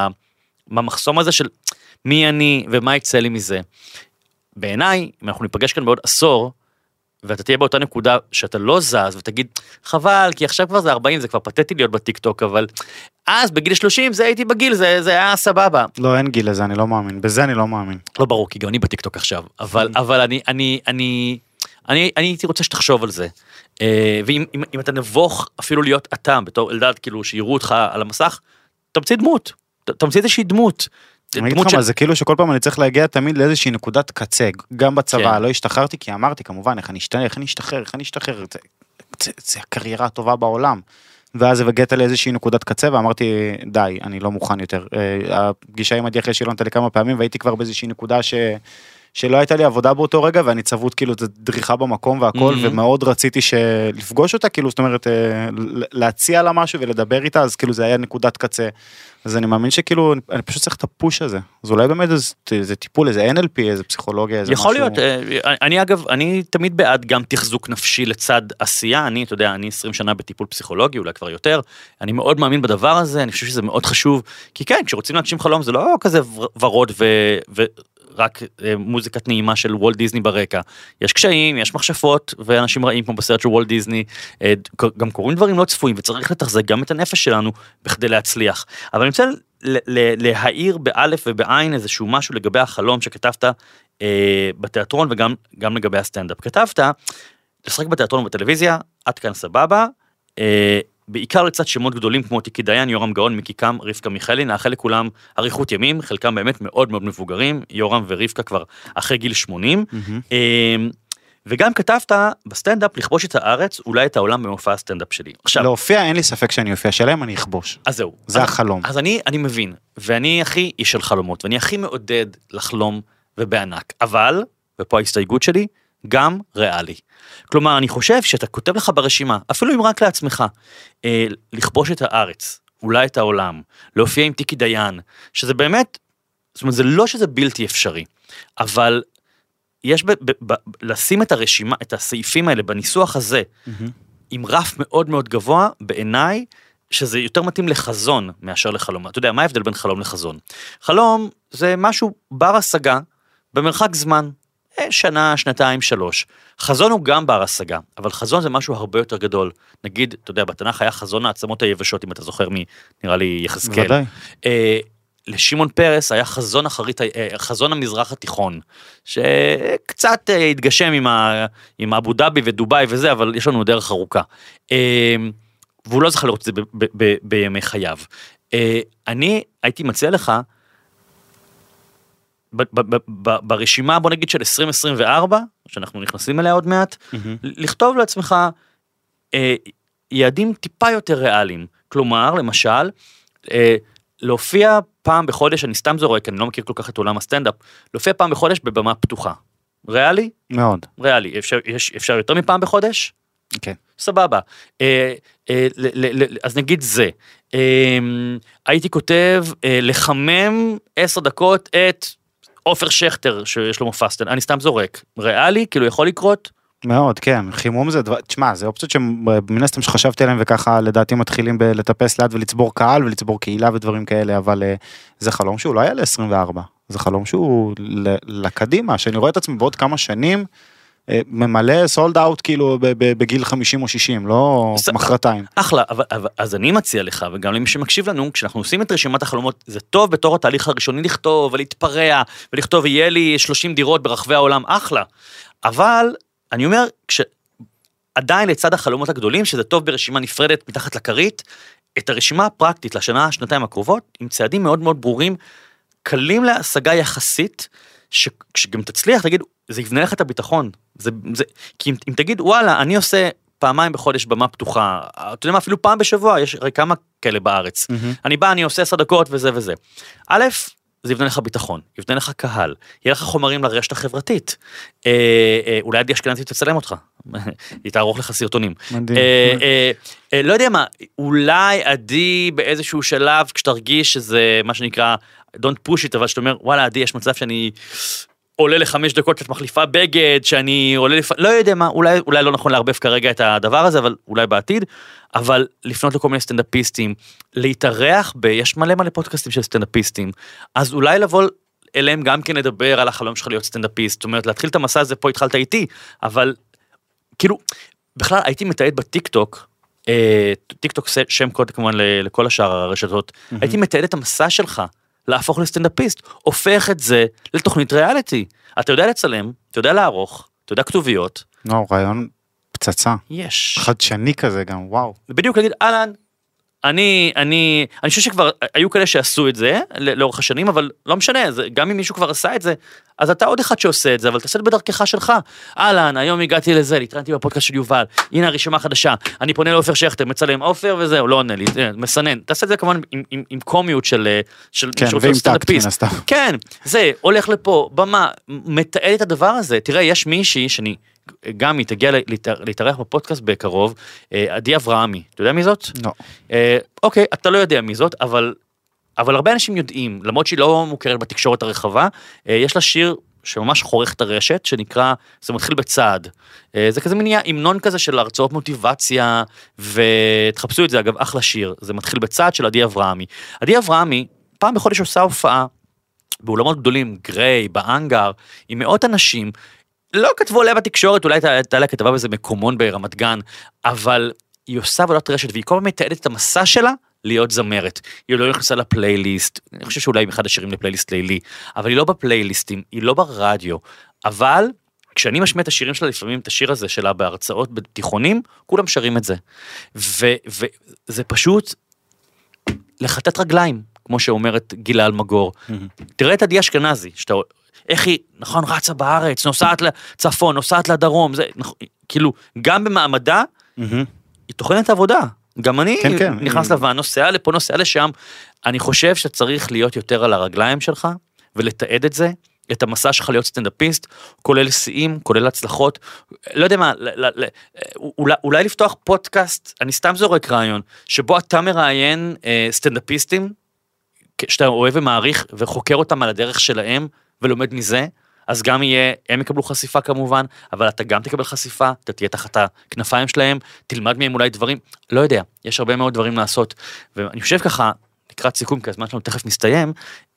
במחסום הזה של מי אני ומה יצא לי מזה. בעיניי, אם אנחנו ניפגש כאן בעוד עשור, ואתה תהיה באותה נקודה שאתה לא זז, ותגיד, חבל, כי עכשיו כבר זה ארבעים, זה כבר פתטי להיות בטיקטוק, אבל אז בגיל שלושים זה הייתי בגיל, זה, זה היה סבבה. לא, אין גיל לזה, אני לא מאמין, בזה אני לא מאמין. לא ברור, כי גם אני בטיקטוק עכשיו, אבל, אבל אני, אני, אני, אני, אני הייתי רוצה שתחשוב על זה, ואם אם, אם אתה נבוך אפילו להיות אתה, בתור אלדד, כאילו, שיראו אותך על המסך, תמציא דמות, תמציא איזושהי דמות, אני אגיד לך מה, זה כאילו שכל פעם אני צריך להגיע תמיד לאיזושהי נקודת קצה, גם בצבא, לא השתחררתי, כי אמרתי כמובן, איך אני אשתחרר, איך אני אשתחרר, איך אני אשתחרר, זה הקריירה הטובה בעולם, ואז הגעת לאיזושהי נקודת קצה, ואמרתי, די, אני לא מוכן יותר, הפגישה עם עדי אחרי שילון לי כמה פעמים, והייתי כבר באיזושהי נקודה ש... שלא הייתה לי עבודה באותו רגע, ואני צוות כאילו את דריכה במקום והכל, mm-hmm. ומאוד רציתי לפגוש אותה, כאילו, זאת אומרת, להציע לה משהו ולדבר איתה, אז כאילו זה היה נקודת קצה. אז אני מאמין שכאילו, אני פשוט צריך את הפוש הזה. אז אולי באמת איזה, איזה טיפול, איזה אן אל פי, איזה פסיכולוגיה, איזה יכול משהו. יכול להיות, אני אגב, אני תמיד בעד גם תחזוק נפשי לצד עשייה, אני, אתה יודע, אני עשרים שנה בטיפול פסיכולוגי, אולי כבר יותר, אני מאוד מאמין בדבר הזה, אני חושב שזה מאוד חשוב, כי כן, כשרוצים להגשים חלום, זה לא כזה ורוד ו... ו... רק מוזיקת נעימה של וולט דיזני ברקע. יש קשיים, יש מחשפות, ואנשים רעים כמו בסרט של וולט דיזני, גם קוראים דברים לא צפויים, וצריך לתחזק גם את הנפש שלנו, בכדי להצליח. אבל אני רוצה להעיר באלף ובעין איזשהו משהו לגבי החלום שכתבת בתיאטרון, וגם גם לגבי הסטנדאפ. כתבת, לשחק בתיאטרון ובטלוויזיה, עד כאן סבבה, בעיקר לצד שמות גדולים כמו תיקי דיין, יורם גאון, מיקי קם, רבקה מיכאלי, נאחל לכולם אריכות ימים, חלקם באמת מאוד מאוד מבוגרים, יורם ורבקה כבר אחרי גיל שמונים, mm-hmm. וגם כתבת בסטנדאפ לכבוש את הארץ, אולי את העולם במופע הסטנדאפ שלי. עכשיו, להופיע, אין לי ספק שאני אופיע שלהם, אני אכבוש. אז זהו. זה אז, החלום. אז אני, אני מבין, ואני הכי איש של חלומות, ואני הכי מעודד לחלום ובענק, אבל, ופה ההסתייגות שלי, גם ריאלי. כלומר, אני חושב שאתה כותב לך ברשימה, אפילו אם רק לעצמך, אה, לכבוש את הארץ, אולי את העולם, להופיע עם תיקי דיין, שזה באמת, זאת אומרת, זה לא שזה בלתי אפשרי, אבל יש ב, ב, ב, לשים את הרשימה, את הסעיפים האלה בניסוח הזה, mm-hmm. עם רף מאוד מאוד גבוה, בעיניי, שזה יותר מתאים לחזון מאשר לחלום. אתה יודע, מה ההבדל בין חלום לחזון? חלום זה משהו בר השגה, במרחק זמן, שנה, שנתיים, שלוש. חזון הוא גם בר השגה, אבל חזון זה משהו הרבה יותר גדול. נגיד, אתה יודע, בתנ"ך היה חזון העצמות היבשות, אם אתה זוכר מי, נראה לי יחזקאל. בוודאי. אה, לשמעון פרס היה חזון אחרית, אה, חזון המזרח התיכון, שקצת אה, התגשם עם, ה, עם אבו דאבי ודובאי וזה, אבל יש לנו דרך ארוכה. אה, והוא לא זכה לראות את זה ב, ב, ב, בימי חייו. אה, אני הייתי מציע לך, ברשימה, בוא נגיד של עשרים עשרים וארבע, שאנחנו נכנסים אליה עוד מעט, לכתוב לעצמך יעדים טיפה יותר ריאליים. כלומר, למשל, להופיע פעם בחודש, אני סתם זורק, אני לא מכיר כל כך את עולם הסטנדאפ, להופיע פעם בחודש בבמה פתוחה. ריאלי? מאוד. ריאלי. אפשר יותר מפעם בחודש? כן. סבבה. אז נגיד זה. הייתי כותב לחמם עשר דקות את עופר שכטר, שיש לו מופע סטנדאפ, אני סתם זורק, ריאלי, כאילו יכול לקרות? מאוד, כן, חימום זה דבר, תשמע, זה אופציות שמן הסתם שחשבתי עליהם, וככה לדעתי מתחילים לטפס לאט ולצבור קהל, ולצבור קהילה ודברים כאלה, אבל זה חלום שהוא לא היה ל-עשרים וארבע, זה חלום שהוא לקדימה, שאני רואה את עצמי בעוד כמה שנים, ממלא סולד אאוט כאילו בגיל חמישים או שישים, לא מחרתיים. אחלה, אז אני מציע לך, וגם למי שמקשיב לנו, כשאנחנו עושים את רשימת החלומות, זה טוב בתור התהליך הראשוני לכתוב ולהתפרע, ולכתוב, יהיה לי שלושים דירות ברחבי העולם, אחלה. אבל, אני אומר, עדיין לצד החלומות הגדולים, שזה טוב ברשימה נפרדת מתחת לכרית, את הרשימה הפרקטית לשנה, שנתיים הקרובות, עם צעדים מאוד מאוד ברורים, קלים להשגה יחסית, שגם תצליח, תגיד, זה יבנה לך את הביטחון. זה, זה, כי אם, אם תגיד, וואלה, אני עושה פעמיים בחודש במה פתוחה, אתה יודע מה, אפילו פעם בשבוע, יש הרי כמה כאלה בארץ. Mm-hmm. אני בא, אני עושה עשר דקות וזה וזה. א', זה יבנה לך ביטחון, יבנה לך קהל, יהיה לך חומרים לרשת החברתית. אה, אה, אולי עדי אשכנזי תצלם אותך, היא תערוך לך סרטונים. מדהים. אה, אה, אה, לא יודע מה, אולי עדי באיזשהו שלב, כשתרגיש שזה מה שנקרא, don't push it, אבל שאתה אומר, וואלה עדי, יש מצב שאני עולה לחמש דקות, שאת מחליפה בגד, שאני עולה לפ... לא יודע מה, אולי, אולי לא נכון להרבב כרגע את הדבר הזה, אבל אולי בעתיד, אבל לפנות לכל מיני סטנדאפיסטים, להתארח ב... יש מלא מלא פודקאסטים של סטנדאפיסטים, אז אולי לבוא אליהם גם כן לדבר על החלום שלך להיות סטנדאפיסט, זאת אומרת, להתחיל את המסע הזה, פה התחלת איתי, אבל כאילו, בכלל הייתי מתעד בטיקטוק, אה, טיקטוק שם קוד כמובן לכל השאר הרשתות, mm-hmm. הייתי מתעד את המסע שלך, להפוך לסטנדאפיסט, הופך את זה לתוכנית ריאליטי. אתה יודע לצלם, אתה יודע לערוך, אתה יודע כתוביות. לא, רעיון פצצה. יש. חדשני כזה גם, וואו. בדיוק להגיד, אהלן, אני, אני, אני חושב שכבר היו כאלה שעשו את זה לאורך השנים, אבל לא משנה, זה, גם אם מישהו כבר עשה את זה, אז אתה עוד אחד שעושה את זה, אבל תעשה את בדרכך שלך. אהלן, היום הגעתי לזה, להתראיינתי בפודקאסט של יובל, הנה הרשימה החדשה, אני פונה לעופר שכטר, מצלם עופר וזהו, לא עונה לי, מסנן. תעשה את זה כמובן עם, עם, עם קומיות של, של, כן, ועם טקט מן הסתם. כן, זה, הולך לפה, במה, מתעד את הדבר הזה. תראה, יש מישהי שאני, גם היא תגיע להתארח בפודקאסט בקרוב, עדי אברהמי, אתה יודע מי זאת? לא. אוקיי, אתה לא יודע מי זאת, אבל, אבל הרבה אנשים יודעים, למרות שהיא לא מוכרת בתקשורת הרחבה, יש לה שיר שממש חורך את הרשת, שנקרא, זה מתחיל בצעד. זה כזה מין המנון כזה של הרצאות מוטיבציה, ותחפשו את זה, אגב, אחלה שיר, זה מתחיל בצעד של עדי אברהמי. עדי אברהמי, פעם בחודש עושה הופעה, באולמות גדולים, גריי, באנגר, עם מאות אנשים, לא כתבו עליה בתקשורת, אולי תעלה כתבה בזה מקומון ברמת גן, אבל היא עושה עבודת רשת, והיא כל פעם מתעדת את המסע שלה להיות זמרת. היא לא נכנסה לפלייליסט, אני חושב שאולי עם אחד השירים לפלייליסט לילי, אבל היא לא בפלייליסטים, היא לא ברדיו, אבל כשאני משמיע את השירים שלה, לפעמים את השיר הזה שלה בהרצאות בתיכונים, כולם שרים את זה. וזה פשוט לחטט רגליים, כמו שאומרת גילה אלמגור. תראה את עדי אשכנזי, שאתה... איך היא, נכון, רצה בארץ, נוסעת לצפון, נוסעת לדרום, זה, כאילו, גם במעמדה, היא תוכנת עבודה. גם אני נכנס לבן, נוסע לפה, נוסע לשם. אני חושב שצריך להיות יותר על הרגליים שלך, ולתעד את זה, את המסע שלך להיות סטנדאפיסט, כולל שיאים, כולל הצלחות. לא יודע מה, אולי לפתוח פודקאסט, אני סתם זורק רעיון, שבו אתה מראיין סטנדאפיסטים, שאתה אוהב ומעריך, וחוקר אותם על הדרך שלהם, ולומד מזה, אז גם יהיה, הם יקבלו חשיפה כמובן, אבל אתה גם תקבל חשיפה, אתה תהיה תחת הכנפיים שלהם, תלמד מהם אולי דברים, לא יודע, יש הרבה מאוד דברים לעשות, ואני חושב ככה, לקראת סיכום, כי הזמן שלנו תכף מסתיים,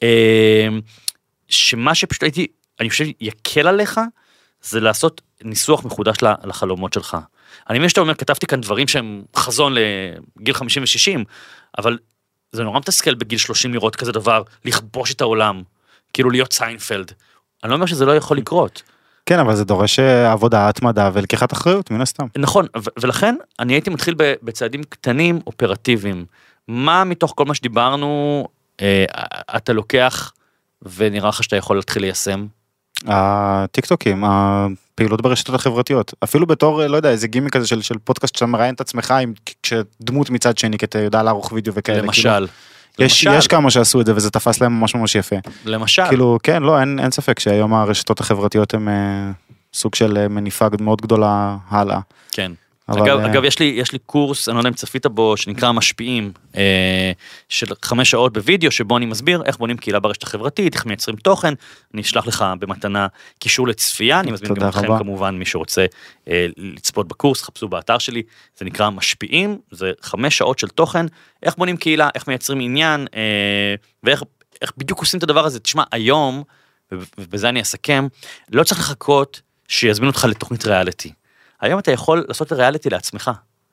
שמה שפשוט הייתי, אני חושב, יקל עליך, זה לעשות ניסוח מחודש לחלומות שלך. אני מבין שאתה אומר, כתבתי כאן דברים שהם חזון לגיל חמישים ושישים, אבל זה נורא מתסכל בגיל שלושים לראות כזה דבר, לכבוש את העולם, כאילו להיות סיינפלד. אני לא אומר שזה לא יכול לקרות. כן, אבל זה דורש עבודה, התמדה ולקיחת אחריות, מן הסתם. נכון, ולכן אני הייתי מתחיל בצעדים קטנים, אופרטיביים. מה מתוך כל מה שדיברנו, אתה לוקח ונראה לך שאתה יכול להתחיל ליישם? הטיקטוקים, הפעילות ברשתות החברתיות, אפילו בתור, לא יודע, איזה גימיק כזה של, של פודקאסט שאתה מראיין את עצמך, עם, כשדמות מצד שני, כי אתה יודע לערוך וידאו וכאלה. למשל. כאילו, יש, יש כמה שעשו את זה, וזה תפס להם ממש ממש יפה. למשל. כאילו, כן, לא, אין, אין ספק שהיום הרשתות החברתיות הן אה, סוג של מניפה מאוד גדולה הלאה. כן. אבל, אגב, אה... אגב, יש לי, יש לי קורס, אני לא יודע אם צפית בו, שנקרא משפיעים, אה, של חמש שעות בווידאו, שבו אני מסביר איך בונים קהילה ברשת החברתית, איך מייצרים תוכן, אני אשלח לך במתנה קישור לצפייה, אני מזמין גם לכם כמובן, מי שרוצה אה, לצפות בקורס, חפשו באתר שלי, זה נקרא משפיעים, זה חמש שעות של תוכן, איך בונים קהילה, איך מייצרים עניין, אה, ואיך איך בדיוק עושים את הדבר הזה. תשמע, היום, ובזה אני אסכם, לא צריך לחכות, שיזמינו אותך לתוכנית ריאליטי. היום אתה יכול לעשות ריאליטי לעצמך.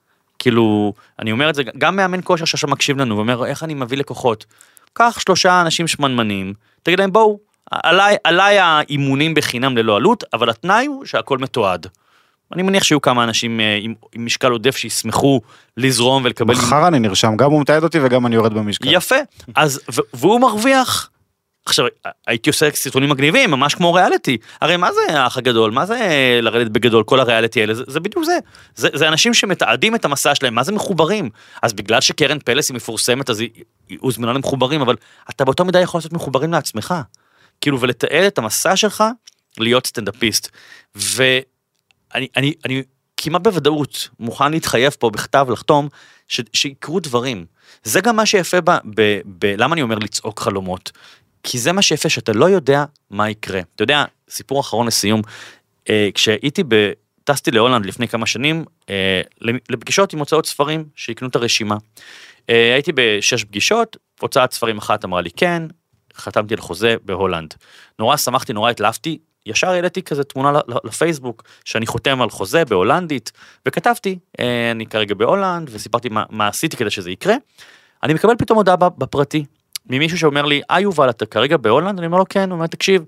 כאילו, אני אומר את זה, גם מאמן כושר שעכשיו מקשיב לנו, ואומר, איך אני מביא לקוחות? קח שלושה אנשים שמנמנים, תגיד להם, בואו, עליי, עליי האימונים בחינם ללא עלות, אבל התנאי הוא שהכל מתועד. אני מניח שיהיו כמה אנשים עם, עם משקל עודף שישמחו לזרום ולקבל... מחר אני נרשם, גם הוא מתעד אותי וגם אני יורד במשקל. יפה, אז, והוא מרוויח... עכשיו, הייתי עושה סרטונים מגניבים, ממש כמו ריאליטי. הרי מה זה האח הגדול? מה זה לרדת בגדול? כל הריאליטי האלה, זה, זה בדיוק זה. זה. זה אנשים שמתעדים את המסע שלהם, מה זה מחוברים? אז בגלל שקרן פלס היא מפורסמת, אז היא הוזמנה למחוברים, אבל אתה באותו מידה יכול לעשות מחוברים לעצמך. כאילו, ולתעד את המסע שלך, להיות סטנדאפיסט. ואני אני, אני כמעט בוודאות מוכן להתחייב פה בכתב, לחתום, ש, שיקרו דברים. זה גם מה שיפה ב, ב, ב, למה אני אומר לצעוק חלומות? כי זה מה שיפה, שאתה לא יודע מה יקרה. אתה יודע, סיפור אחרון לסיום, אה, כשהייתי ב... טסתי להולנד לפני כמה שנים, אה, לפגישות עם הוצאות ספרים, שיקנו את הרשימה. אה, הייתי בשש פגישות, הוצאת ספרים אחת אמרה לי כן, חתמתי על חוזה בהולנד. נורא שמחתי, נורא התלהבתי, ישר העליתי כזה תמונה לפייסבוק, שאני חותם על חוזה בהולנדית, וכתבתי, אה, אני כרגע בהולנד, וסיפרתי מה, מה עשיתי כדי שזה יקרה. אני מקבל פתאום הודעה בפרטי, ממישהו שאומר לי, אה יובל, אתה כרגע בהולנד? אני אומר לו, כן, הוא אומר, תקשיב,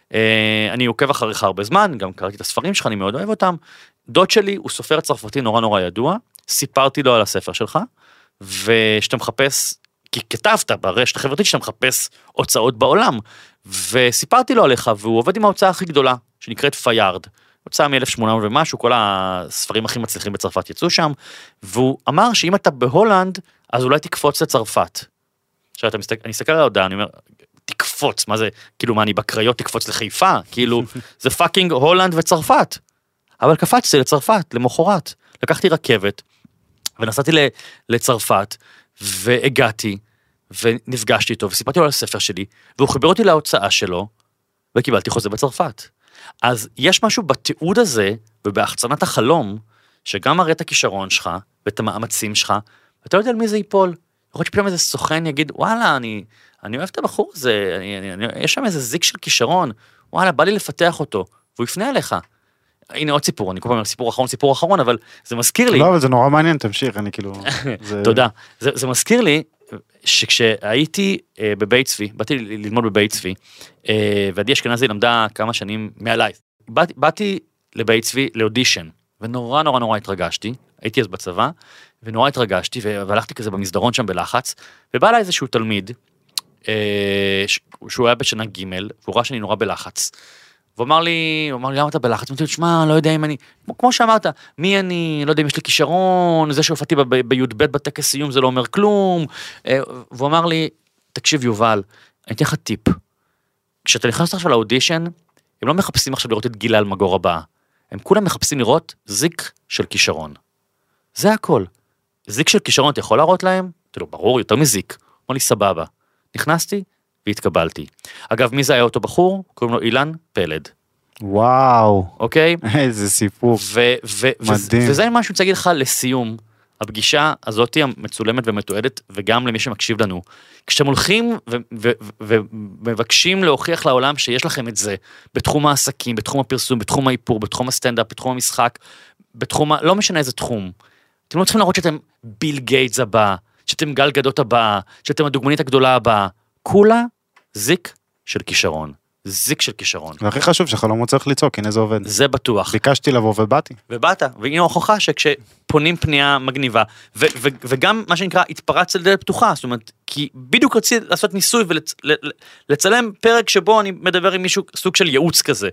אה, אני עוקב אחריך הרבה זמן, גם קראתי את הספרים שלך, אני מאוד אוהב אותם. דוד שלי הוא סופר צרפתי נורא נורא ידוע, סיפרתי לו על הספר שלך, ושאתה מחפש, כי כתבת ברשת החברתית שאתה מחפש הוצאות בעולם, וסיפרתי לו עליך, והוא עובד עם ההוצאה הכי גדולה, שנקראת פייארד, הוצאה מ-אלף ושמונה מאות ומשהו, כל הספרים הכי מצליחים בצרפת יצאו שם, והוא אמר שאם אתה בהולנד, אז אולי תקפוץ לצרפת. עכשיו, אתה מסתכל, אני מסתכל על ההודעה, אני אומר, תקפוץ, מה זה, כאילו, מה, אני בקריות תקפוץ לחיפה? כאילו, זה פאקינג הולנד וצרפת. אבל קפצתי לצרפת, למחרת. לקחתי רכבת, ונסעתי לצרפת, והגעתי, ונפגשתי איתו, וסיפרתי לו על הספר שלי, והוא חיבר אותי להוצאה שלו, וקיבלתי חוזה בצרפת. אז יש משהו בתיעוד הזה, ובהחצנת החלום, שגם מראה את הכישרון שלך, ואת המאמצים שלך, ואתה לא יודע על מי זה ייפול. יכול להיות שפתאום איזה סוכן יגיד, וואלה, אני, אני אוהב את הבחור הזה, אני, אני, אני, יש שם איזה זיק של כישרון, וואלה, בא לי לפתח אותו, והוא יפנה אליך. הנה עוד סיפור, אני כל פעם אומר סיפור אחרון, סיפור אחרון, אבל זה מזכיר לי... לא, אבל זה נורא מעניין, תמשיך, אני כאילו... זה... תודה. זה, זה מזכיר לי, שכשהייתי אה, בבית צבי, באתי ללמוד בבית צבי, אה, ועדי אשכנזי למדה כמה שנים מעליי, באתי, באתי לבית צבי לאודישן, ונורא נורא נורא התרגשתי, הייתי אז בצבא, ונורא התרגשתי, והלכתי כזה במסדרון שם בלחץ, ובא לה איזשהו תלמיד, אה, שהוא היה בשנה ג' והוא ראה שאני נורא בלחץ, והוא אמר לי, הוא אמר לי, למה אתה בלחץ? אמרתי לו, תשמע, לא יודע אם אני, כמו שאמרת, מי אני, לא יודע אם יש לי כישרון, זה שהופעתי בי"ב בטקס סיום, זה לא אומר כלום, והוא אמר לי, תקשיב יובל, אני אתן לך טיפ, כשאתה נכנס עכשיו לאודישן, הם לא מחפשים עכשיו לראות את גילה אלמגור הבאה, הם כולם מחפשים לראות זיק של כישרון. זה הכל. זיק של כישרון אתה יכול להראות להם? תראו, ברור, יותר מזיק. אמר לי, סבבה. נכנסתי והתקבלתי. אגב, מי זה היה אותו בחור? קוראים לו אילן פלד. וואו. אוקיי? איזה סיפור. ו- ו- מדהים. וזה מה שאני רוצה להגיד לך לסיום. הפגישה הזאת המצולמת ומתועדת, וגם למי שמקשיב לנו. כשאתם הולכים ומבקשים להוכיח לעולם שיש לכם את זה, בתחום העסקים, בתחום הפרסום, בתחום האיפור, בתחום הסטנדאפ, בתחום המשחק, בתחום, לא משנה איזה תחום. אתם לא צריכים להראות שאתם ביל גייטס הבא, שאתם גל גדות הבא, שאתם הדוגמנית הגדולה הבאה. כולה זיק של כישרון. זיק של כישרון. והכי חשוב שחלום צריך לצעוק, הנה זה עובד. זה בטוח. ביקשתי לבוא ובאתי. ובאת, והנה ההוכחה שכשפונים פנייה מגניבה, ו- ו- וגם מה שנקרא התפרץ לדלת פתוחה, זאת אומרת, כי בדיוק רציתי לעשות ניסוי ולצלם פרק שבו אני מדבר עם מישהו סוג של ייעוץ כזה.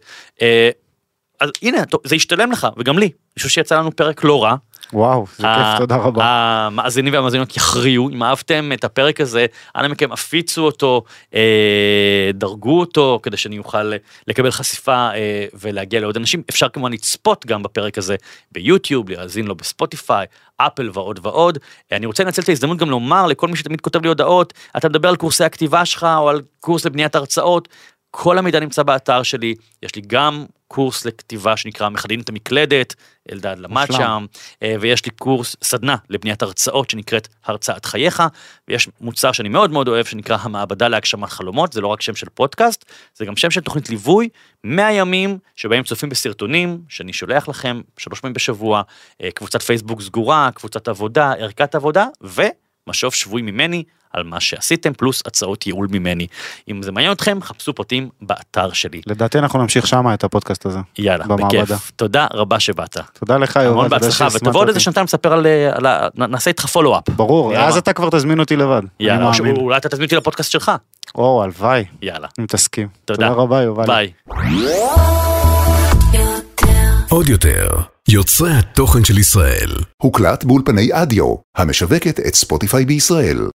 אז הנה, זה ישתלם לך, וגם לי. אני חושב שיצא לנו פרק לא רע. וואו, זה כיף, תודה רבה. המאזינים והמאזינות יכריעו, אם אהבתם את הפרק הזה, אנא מכם הפיצו אותו, דרגו אותו, כדי שאני אוכל לקבל חשיפה ולהגיע לעוד אנשים. אפשר כמובן לצפות גם בפרק הזה ביוטיוב, להאזין לו בספוטיפיי, אפל ועוד ועוד. אני רוצה לנצל את ההזדמנות גם לומר לכל מי שתמיד כותב לי הודעות, אתה מדבר על קורסי הכתיבה שלך, או על קורס לבניית הרצאות, כל המידע נמצא באתר שלי, יש לי גם קורס לכתיבה שנקרא מחדדים את המקלדת, אלדד למד שם, ויש לי קורס סדנה לבניית הרצאות שנקראת הרצאת חייך, ויש מוצר שאני מאוד מאוד אוהב שנקרא המעבדה להגשמת חלומות, זה לא רק שם של פודקאסט, זה גם שם של תוכנית ליווי, מאה ימים שבהם צופים בסרטונים, שאני שולח לכם שלוש פעמים בשבוע, קבוצת פייסבוק סגורה, קבוצת עבודה, ערכת עבודה, ומשוב שבוי ממני, על מה שעשיתם, פלוס הצעות ייעול ממני. אם זה מעניין אתכם, חפשו פרטים באתר שלי. לדעתי אנחנו נמשיך שמה את הפודקאסט הזה. יאללה, בכיף. תודה רבה שבאת. תודה לך, יובל. המון בהצלחה, ותבוא עוד איזה שנתיים לספר על, נעשה איתך פולו-אפ. ברור, אז אתה כבר תזמין אותי לבד. יאללה, אולי אתה תזמין אותי לפודקאסט שלך. או, הלוואי. יאללה. אם תסכים. תודה. תודה רבה, יובל. ביי. עוד יותר, יוצרי התוכן של ישראל. הוקלט באולפני אדיו, המשווקת את ספוטיפיי בישראל.